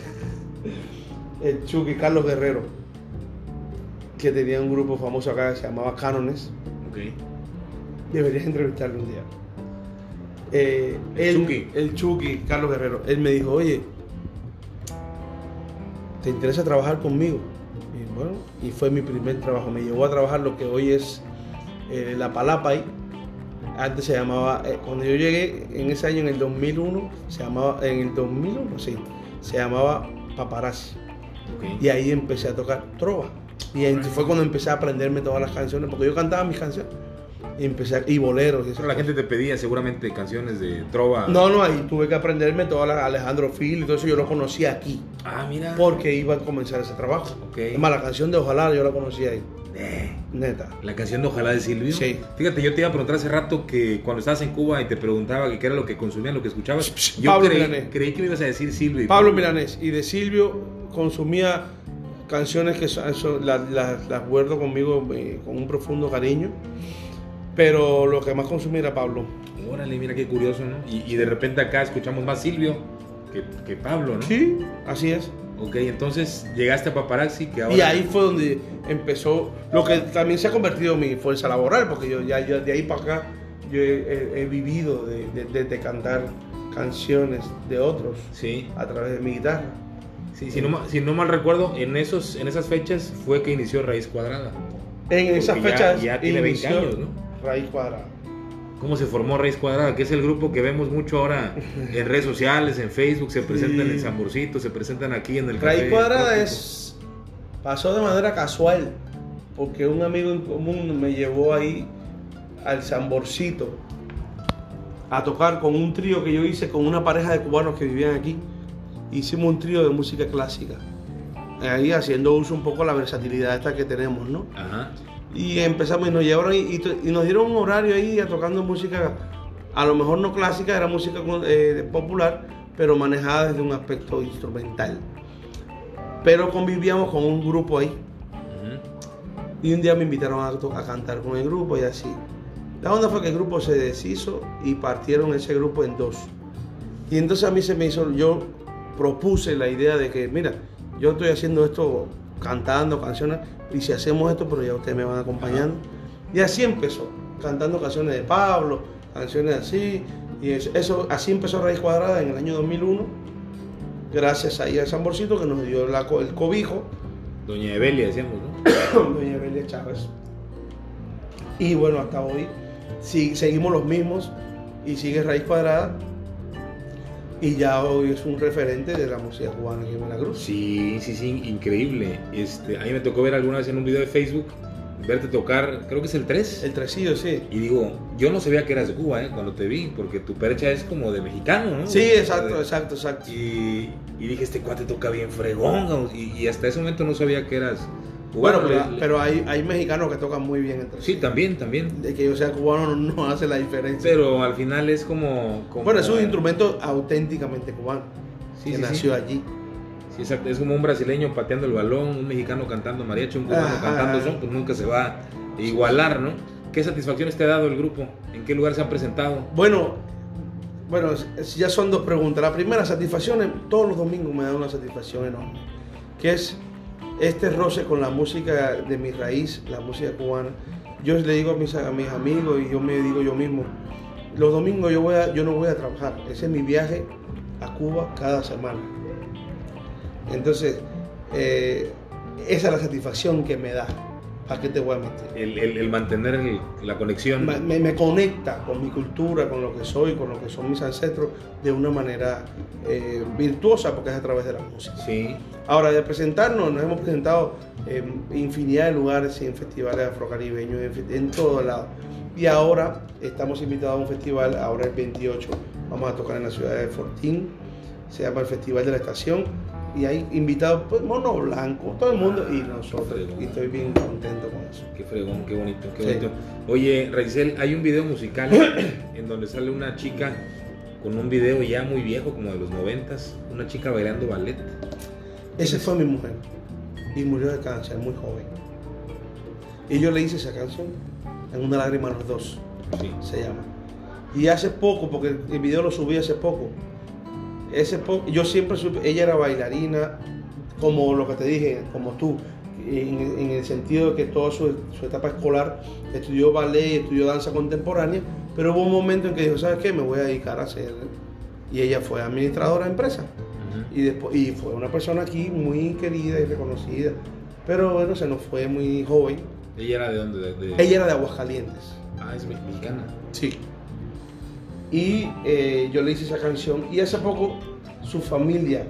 El Chucky, Carlos Guerrero, que tenía un grupo famoso acá que se llamaba Cánones. Ok. Deberías entrevistarlo un día. Chucky. El Chucky, Carlos Guerrero. Él me dijo, oye, ¿te interesa trabajar conmigo? Y bueno, y fue mi primer trabajo. Me llevó a trabajar lo que hoy es La Palapa ahí. Antes se llamaba, cuando yo llegué en ese año, en el 2001, en el 2001, sí, se llamaba Paparazzi. Ok. Y ahí empecé a tocar trova. Y ahí fue cuando empecé a aprenderme todas las canciones, porque yo cantaba mis canciones. Y boleros. Y eso. Pero la gente te pedía seguramente canciones de trova. No, ahí tuve que aprenderme todas las Alejandro Fil y todo eso. Yo lo conocí aquí, Ah, mira. porque iba a comenzar ese trabajo. Ok. Es más, la canción de Ojalá yo la conocí ahí. Neta. La canción de Ojalá de Silvio. Sí. Fíjate, yo te iba a preguntar hace rato que cuando estabas en Cuba y te preguntaba que qué era lo que consumías, lo que escuchabas. Yo Pablo Milanés. creí que me ibas a decir Silvio. Pablo Milanés. Y de Silvio consumía canciones que las guardo conmigo con un profundo cariño. Pero lo que más consumí era Pablo. Órale, mira qué curioso, ¿no? Y de repente acá escuchamos más Silvio que Pablo, ¿no? Sí, así es. Ok, entonces llegaste a Paparazzi, que ahora... Y ahí fue donde empezó lo que también se ha convertido en mi fuerza laboral, porque yo de ahí para acá yo he vivido de cantar canciones de otros Sí, a través de mi guitarra. sí, si no mal recuerdo, en esas fechas fue que inició Raíz Cuadrada. En esas Porque fechas ya tiene 20 inició años, ¿no? Raíz Cuadrada. ¿Cómo se formó Raíz Cuadrada? Que es el grupo que vemos mucho ahora en redes sociales, en Facebook, se presentan en Samborcito, se presentan aquí en el Raíz Café Cuadrada Trópico. pasó de manera casual, porque un amigo en común me llevó ahí al Samborcito a tocar con un trío que yo hice con una pareja de cubanos que vivían aquí. Hicimos un trío de música clásica, ahí haciendo uso un poco de la versatilidad esta que tenemos, ¿no? Ajá. Y empezamos y nos llevaron y nos dieron un horario ahí tocando música, a lo mejor no clásica, era música popular, pero manejada desde un aspecto instrumental. Pero convivíamos con un grupo ahí. Ujú. Y un día me invitaron a cantar con el grupo y así. La onda fue que el grupo se deshizo y partieron ese grupo en dos. Y entonces a mí se me hizo, yo propuse la idea de que, mira, yo estoy haciendo esto, cantando canciones, y si hacemos esto, pero ya ustedes me van acompañando. Y así empezó, cantando canciones de Pablo, canciones así. Y eso así empezó Raíz Cuadrada en el año 2001, gracias ahí al Samborcito que nos dio el cobijo. Doña Evelia, decíamos, ¿no? Doña Evelia Chávez. Y bueno, hasta hoy seguimos los mismos y sigue Raíz Cuadrada. Y ya hoy es un referente de la música cubana aquí en Veracruz. Sí, increíble. A mí me tocó ver alguna vez en un video de Facebook verte tocar, creo que es el 3. El tresillo, sí. Y digo, yo no sabía que eras de Cuba, cuando te vi, porque tu percha es como de mexicano, ¿no? Sí, exacto. Y dije, este cuate toca bien fregón, y hasta ese momento no sabía que eras bueno, cubano. pero hay mexicanos que tocan muy bien el tresillo. Sí, también. De que yo sea cubano no hace la diferencia. Pero al final es como bueno, es un instrumento auténticamente cubano, que nació allí. Sí, exacto. Es como un brasileño pateando el balón, un mexicano cantando mariachi, un cubano cantando son, pues nunca se va a igualar, ¿no? ¿Qué satisfacciones te ha dado el grupo? ¿En qué lugar se han presentado? Bueno, ya son dos preguntas. La primera, satisfacciones, todos los domingos me da una satisfacción enorme, que es este roce con la música de mi raíz, la música cubana. Yo le digo a mis amigos y yo me digo yo mismo, los domingos yo no voy a trabajar, ese es mi viaje a Cuba cada semana. Entonces, esa es la satisfacción que me da. ¿A qué te voy a meter? El mantener la conexión. Me conecta con mi cultura, con lo que soy, con lo que son mis ancestros, de una manera virtuosa, porque es a través de la música. Sí. Ahora, de presentarnos, nos hemos presentado en infinidad de lugares, en festivales afrocaribeños, en todos lados. Y ahora estamos invitados a un festival, ahora el 28, vamos a tocar en la ciudad de Fortín, se llama el Festival de la Estación. Y hay invitados, pues, Mono Blanco, todo el mundo y nosotros. Y estoy bien contento con eso. Qué fregón, qué bonito, qué Sí. bonito. Oye, Raicel, hay un video musical en donde sale una chica con un video ya muy viejo, como de los 90s, una chica bailando ballet. Esa fue mi mujer y murió de cáncer muy joven. Y yo le hice esa canción, En una lágrima los dos, Sí. se llama. Y hace poco, porque el video lo subí hace poco, yo siempre supe, ella era bailarina, como lo que te dije, como tú, en el sentido de que toda su etapa escolar estudió ballet, estudió danza contemporánea, pero hubo un momento en que dijo, ¿sabes qué? Me voy a dedicar a hacer. Y ella fue administradora de empresa. Y fue una persona aquí muy querida y reconocida, pero bueno, se nos fue muy joven. ¿Ella era de dónde? Ella era de Aguascalientes. Ah, es mexicana. Sí. Y yo le hice esa canción y hace poco su familia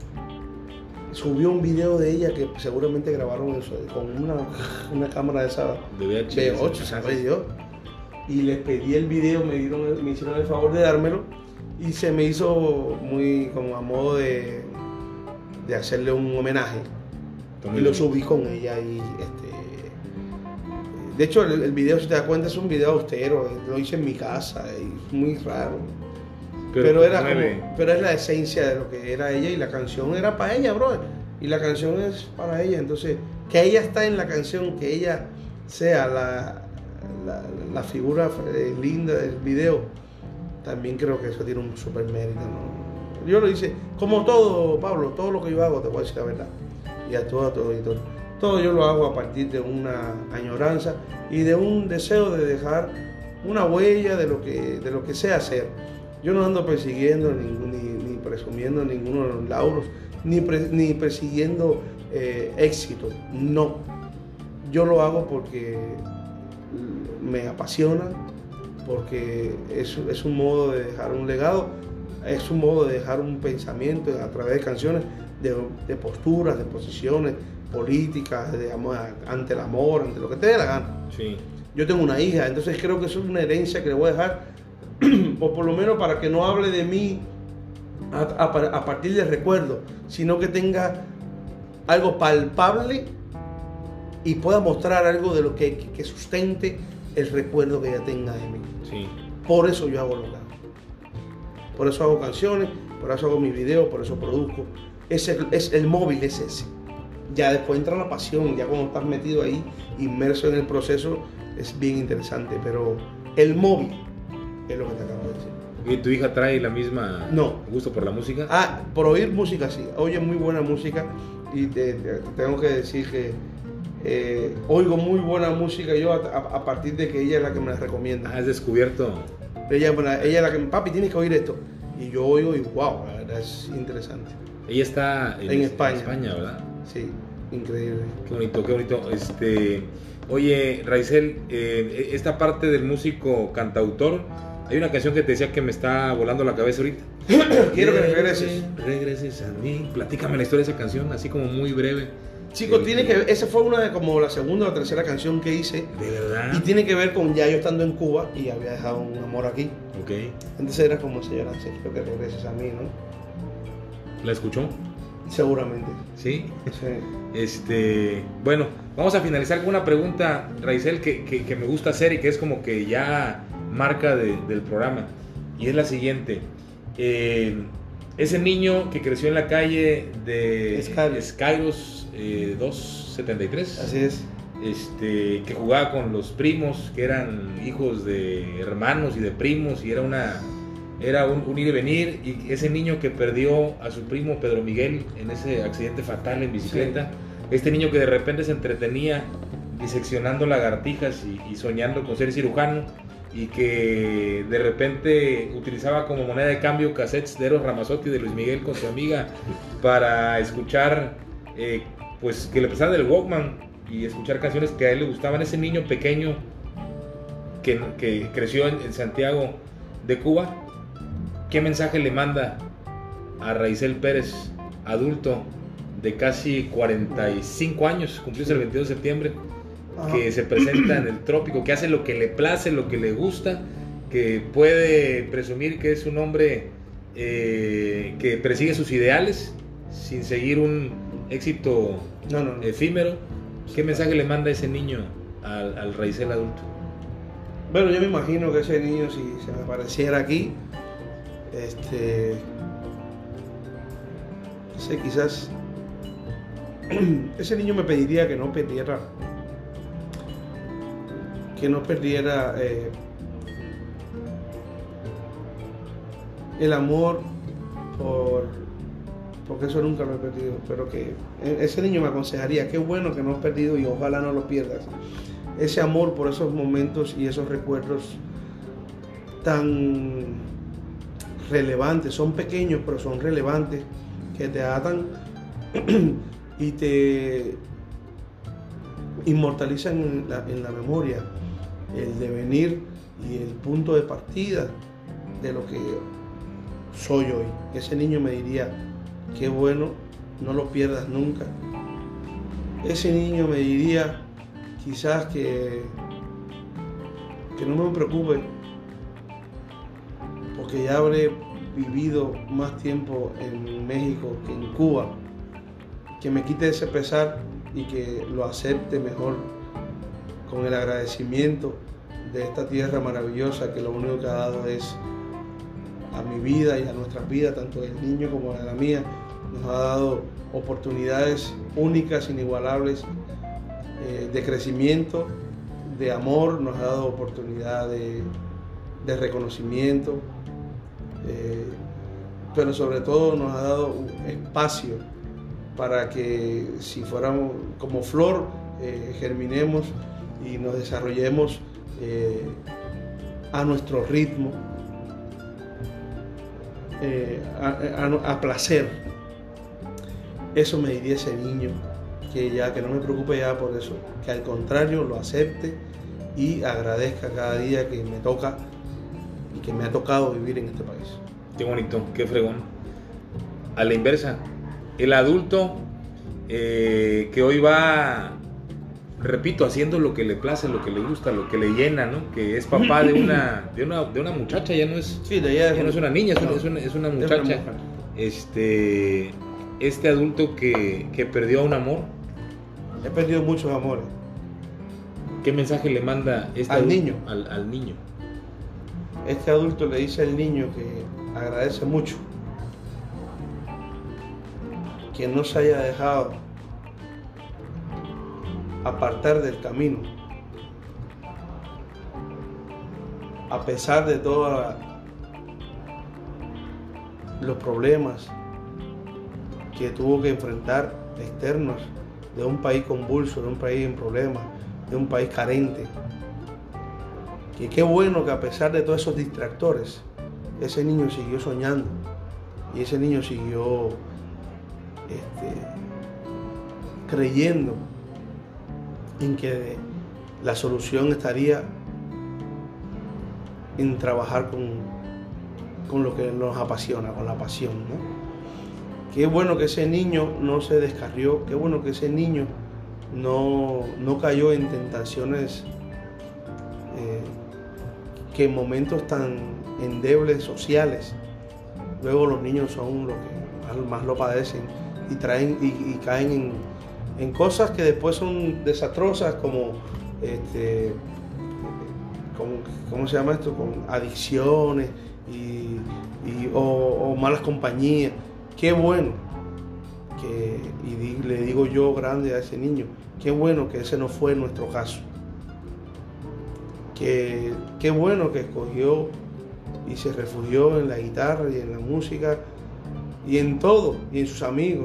subió un video de ella que seguramente grabaron con una cámara de esa de VH, V8, ¿sabes Dios? Y les pedí el video, me hicieron el favor de dármelo y se me hizo muy como a modo de hacerle un homenaje. Y lo subí con ella y de hecho el video, si te das cuenta, es un video austero, lo hice en mi casa y es muy raro. Pero es la esencia de lo que era ella y la canción era para ella, bro. Y la canción es para ella, entonces que ella está en la canción, que ella sea la figura linda del video, también creo que eso tiene un super mérito, ¿no? Yo lo hice, como todo, Pablo, todo lo que yo hago, te voy a decir la verdad, y a todo yo lo hago a partir de una añoranza y de un deseo de dejar una huella de lo que sé hacer. Yo no ando persiguiendo ni presumiendo ninguno de los lauros, ni persiguiendo éxito, no. Yo lo hago porque me apasiona, porque es un modo de dejar un legado, es un modo de dejar un pensamiento a través de canciones, de posturas, de posiciones políticas, ante el amor, ante lo que te dé la gana. Sí. Yo tengo una hija, entonces creo que eso es una herencia que le voy a dejar, o por lo menos para que no hable de mí a partir del recuerdo, sino que tenga algo palpable y pueda mostrar algo de lo que sustente el recuerdo que ella tenga de mí. Sí. Por eso yo hago lo que hago. Por eso hago canciones, por eso hago mis videos, por eso produzco. El móvil es ese. Ya después entra la pasión, ya cuando estás metido ahí, inmerso en el proceso, es bien interesante. Pero el móvil es lo que te acabo de decir. ¿Y tu hija trae la misma No. gusto por la música? Por oír música sí, oye muy buena música y te tengo que decir que oigo muy buena música yo a partir de que ella es la que me la recomienda. ¿Has descubierto? Ella es la que, papi, tienes que oír esto. Y yo oigo y wow, la verdad es interesante. Ella está en España. En España, ¿verdad? Sí, increíble. Qué bonito, qué bonito. Oye, Raicel, esta parte del músico cantautor, hay una canción que te decía que me está volando la cabeza ahorita. Quiero que regreses. Regreses a mí. Platícame la historia de esa canción, así como muy breve. Chicos, tiene que ver, esa fue una de como la segunda o la tercera canción que hice. ¿De verdad? Y tiene que ver con ya yo estando en Cuba y había dejado un amor aquí. Ok. Entonces era como, señora, espero que regreses a mí, ¿no? ¿La escuchó? Seguramente. Sí. Sí. Bueno, vamos a finalizar con una pregunta, Raizel, que me gusta hacer y que es como que ya marca del programa. Y es la siguiente. Ese niño que creció en la calle de Escairos 273. Así es. Que jugaba con los primos, que eran hijos de hermanos y de primos, y era un ir y venir, y ese niño que perdió a su primo Pedro Miguel en ese accidente fatal en bicicleta, sí. Este niño que de repente se entretenía diseccionando lagartijas y soñando con ser cirujano, y que de repente utilizaba como moneda de cambio cassettes de Eros Ramazzotti y de Luis Miguel con su amiga para escuchar, pues que le pasara del Walkman y escuchar canciones que a él le gustaban. Ese niño pequeño que creció en Santiago de Cuba, ¿qué mensaje le manda a Raizel Pérez, adulto de casi 45 años, cumplió el 22 de septiembre, que se presenta en el trópico, que hace lo que le place, lo que le gusta, que puede presumir que es un hombre que persigue sus ideales sin seguir un éxito efímero? ¿Qué mensaje le manda ese niño al Raizel adulto? Bueno, yo me imagino que ese niño, si se me apareciera aquí, quizás ese niño me pediría que no perdiera el amor porque eso nunca lo he perdido, pero que ese niño me aconsejaría, qué bueno que no has perdido y ojalá no lo pierdas, ese amor por esos momentos y esos recuerdos tan relevantes, son pequeños pero son relevantes, que te atan y te inmortalizan en la memoria el devenir y el punto de partida de lo que soy hoy. Ese niño me diría, qué bueno, no lo pierdas nunca. Ese niño me diría quizás que no me preocupe, porque ya habré vivido más tiempo en México que en Cuba, que me quite ese pesar y que lo acepte mejor con el agradecimiento de esta tierra maravillosa que lo único que ha dado es a mi vida y a nuestras vidas, tanto del niño como de la mía, nos ha dado oportunidades únicas, inigualables, de crecimiento, de amor, nos ha dado oportunidad de reconocimiento, pero sobre todo nos ha dado un espacio para que si fuéramos como flor, germinemos y nos desarrollemos a nuestro ritmo, a placer. Eso me diría ese niño, que no me preocupe ya por eso, que al contrario lo acepte y agradezca cada día que me toca y que me ha tocado vivir en este país. Qué bonito, qué fregón. A la inversa, el adulto que hoy va, repito, haciendo lo que le place, lo que le gusta, lo que le llena, ¿no? Que es papá de una muchacha, ya no es, sí, no es una niña, es una muchacha. Este adulto que perdió a un amor. He perdido muchos amores. ¿Qué mensaje le manda al niño? Al niño. Este adulto le dice al niño que agradece mucho que no se haya dejado apartar del camino, a pesar de todos los problemas que tuvo que enfrentar externos, de un país convulso, de un país en problemas, de un país carente. Y qué bueno que a pesar de todos esos distractores, ese niño siguió soñando y ese niño siguió creyendo en que la solución estaría en trabajar con lo que nos apasiona, con la pasión, ¿no? qué bueno que ese niño no se descarrió, qué bueno que ese niño no cayó en tentaciones que en momentos tan endebles sociales, luego los niños son los que más lo padecen y caen en cosas que después son desastrosas como ¿cómo se llama esto? Con adicciones o malas compañías. Qué bueno le digo yo grande a ese niño, qué bueno que ese no fue nuestro caso. Qué bueno que escogió y se refugió en la guitarra y en la música y en todo, y en sus amigos,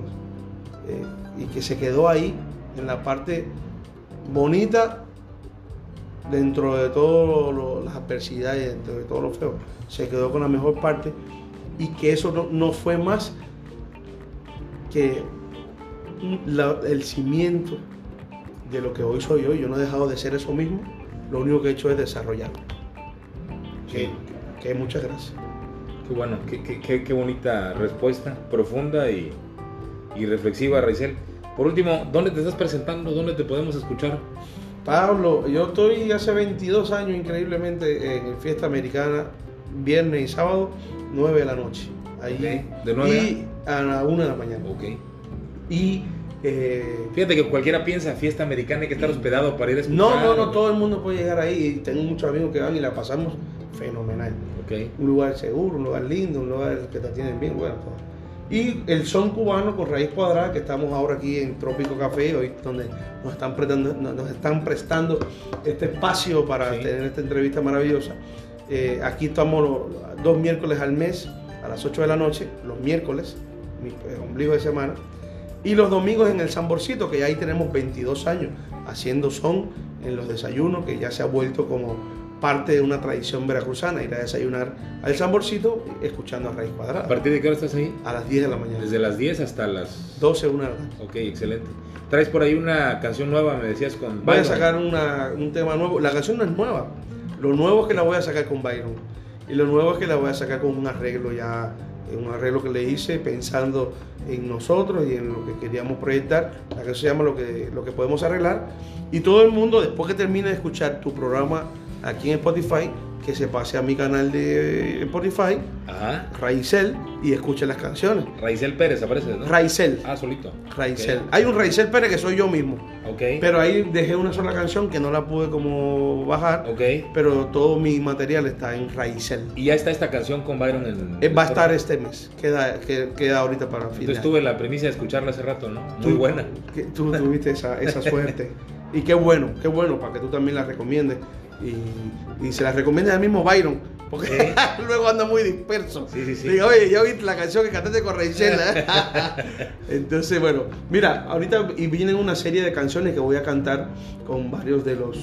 y que se quedó ahí en la parte bonita dentro de todas las adversidades, dentro de todo lo feo. Se quedó con la mejor parte, y que eso no fue más que el cimiento de lo que hoy soy yo. Yo no he dejado de ser eso mismo, lo único que he hecho es desarrollarlo. Sí. Que muchas gracias. Qué bueno, qué bonita respuesta, profunda y reflexiva, Raizel. Por último, ¿dónde te estás presentando? ¿Dónde te podemos escuchar? Pablo, yo estoy hace 22 años increíblemente en Fiesta Americana, viernes y sábado, 9 de la noche. Ahí, okay. ¿De 9 a la 1 de la mañana. Ok. Y fíjate que cualquiera piensa Fiesta Americana, hay que estar hospedado para ir a escuchar. No, todo el mundo puede llegar ahí, y tengo muchos amigos que van y la pasamos fenomenal. Okay. Un lugar seguro, un lugar lindo, un lugar que te atienden bien, bueno, todo. Y el son cubano con raíz cuadrada, que estamos ahora aquí en Trópico Café, hoy donde nos están prestando este espacio para tener esta entrevista maravillosa. Aquí estamos los 2 miércoles al mes a las 8 de la noche, los miércoles, ombligo de semana, y los domingos en el Samborcito, que ya ahí tenemos 22 años haciendo son en los desayunos, que ya se ha vuelto como parte de una tradición veracruzana, ir a desayunar al Samborcito escuchando a Raíz Cuadrada. ¿A partir de qué hora estás ahí? A las 10 de la mañana. Desde las 10 hasta las 12, 1 de la tarde. Ok, excelente. Traes por ahí una canción nueva, me decías, con Byron. Voy a sacar un tema nuevo. La canción no es nueva. Lo nuevo es que la voy a sacar con Byron. Y lo nuevo es que la voy a sacar con un arreglo que le hice pensando en nosotros y en lo que queríamos proyectar. La canción se llama lo que podemos arreglar. Y todo el mundo, después que termine de escuchar tu programa aquí en Spotify, que se pase a mi canal de Spotify, Raizel, y escuche las canciones. Raizel Pérez aparece, ¿no? Raizel. Solito. Raizel. Okay. Hay un Raizel Pérez que soy yo mismo. Okay. Pero ahí dejé una sola canción que no la pude como bajar. Okay. Pero todo mi material está en Raizel. Y ya está esta canción con Byron en... Va a estar este mes. Queda ahorita para final. Entonces tuve la primicia de escucharla hace rato, ¿no? Muy buena. Tú tuviste esa suerte. Y qué bueno, para que tú también la recomiendes. Y se la recomienda al mismo Byron, porque luego anda muy disperso. Sí. Digo, oye, ya oíste la canción que cantaste con Raizel. Entonces, bueno, mira, ahorita vienen una serie de canciones que voy a cantar con varios de los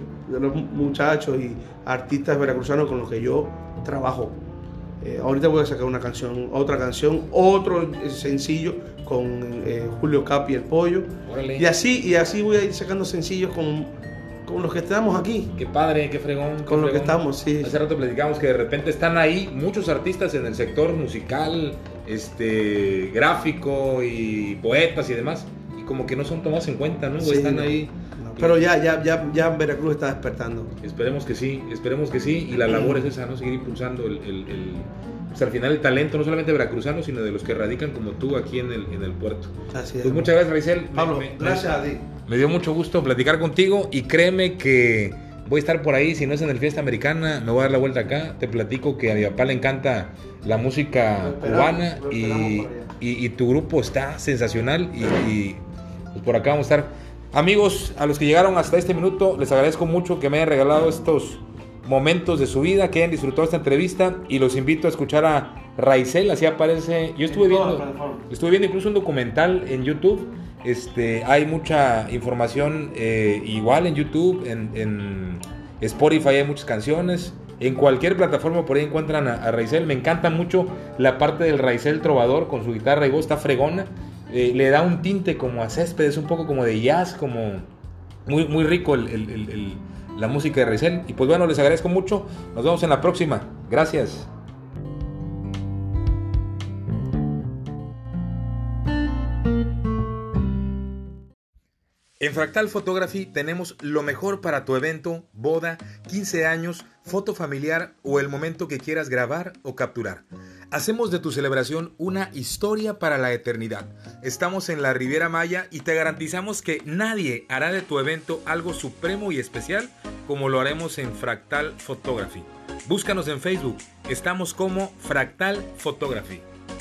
muchachos y artistas veracruzanos con los que yo trabajo. Ahorita voy a sacar otra canción, otro sencillo con Julio Capi el Pollo. Órale. Y así voy a ir sacando sencillos con los que estamos aquí. Qué padre, qué fregón. Con los que estamos, sí. Hace rato platicamos que de repente están ahí muchos artistas en el sector musical, gráfico y poetas y demás, y como que no son tomados en cuenta, ¿no? Sí, están ahí. No, pero ya Veracruz está despertando. Esperemos que sí, y la labor es esa, ¿no? Seguir impulsando pues al final el talento, no solamente veracruzano, sino de los que radican como tú aquí en el puerto. Así es. Pues muchas gracias, Raizel. Pablo, gracias a ti. Me dio mucho gusto platicar contigo, y créeme que voy a estar por ahí, si no es en el Fiesta Americana, me voy a dar la vuelta acá. Te platico que a mi papá le encanta la música cubana, y tu grupo está sensacional, y pues por acá vamos a estar. Amigos, a los que llegaron hasta este minuto, les agradezco mucho que me hayan regalado estos momentos de su vida, que hayan disfrutado esta entrevista, y los invito a escuchar a Raizel, así aparece. Yo estuve viendo incluso un documental en YouTube. Hay mucha información igual en YouTube, en Spotify hay muchas canciones, en cualquier plataforma por ahí encuentran a Raizel. Me encanta mucho la parte del Raizel trovador con su guitarra y voz, está fregona, le da un tinte como a Céspedes, un poco como de jazz, como muy rico la música de Raizel. Y pues bueno, les agradezco mucho, nos vemos en la próxima, gracias. En Fractal Photography tenemos lo mejor para tu evento, boda, 15 años, foto familiar o el momento que quieras grabar o capturar. Hacemos de tu celebración una historia para la eternidad. Estamos en la Riviera Maya y te garantizamos que nadie hará de tu evento algo supremo y especial como lo haremos en Fractal Photography. Búscanos en Facebook, estamos como Fractal Photography.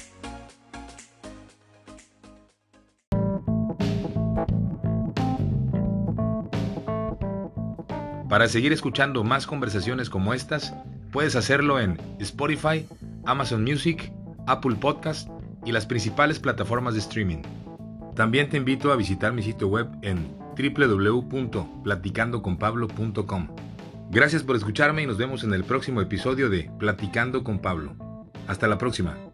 Para seguir escuchando más conversaciones como estas, puedes hacerlo en Spotify, Amazon Music, Apple Podcast y las principales plataformas de streaming. También te invito a visitar mi sitio web en www.platicandoconpablo.com. Gracias por escucharme y nos vemos en el próximo episodio de Platicando con Pablo. Hasta la próxima.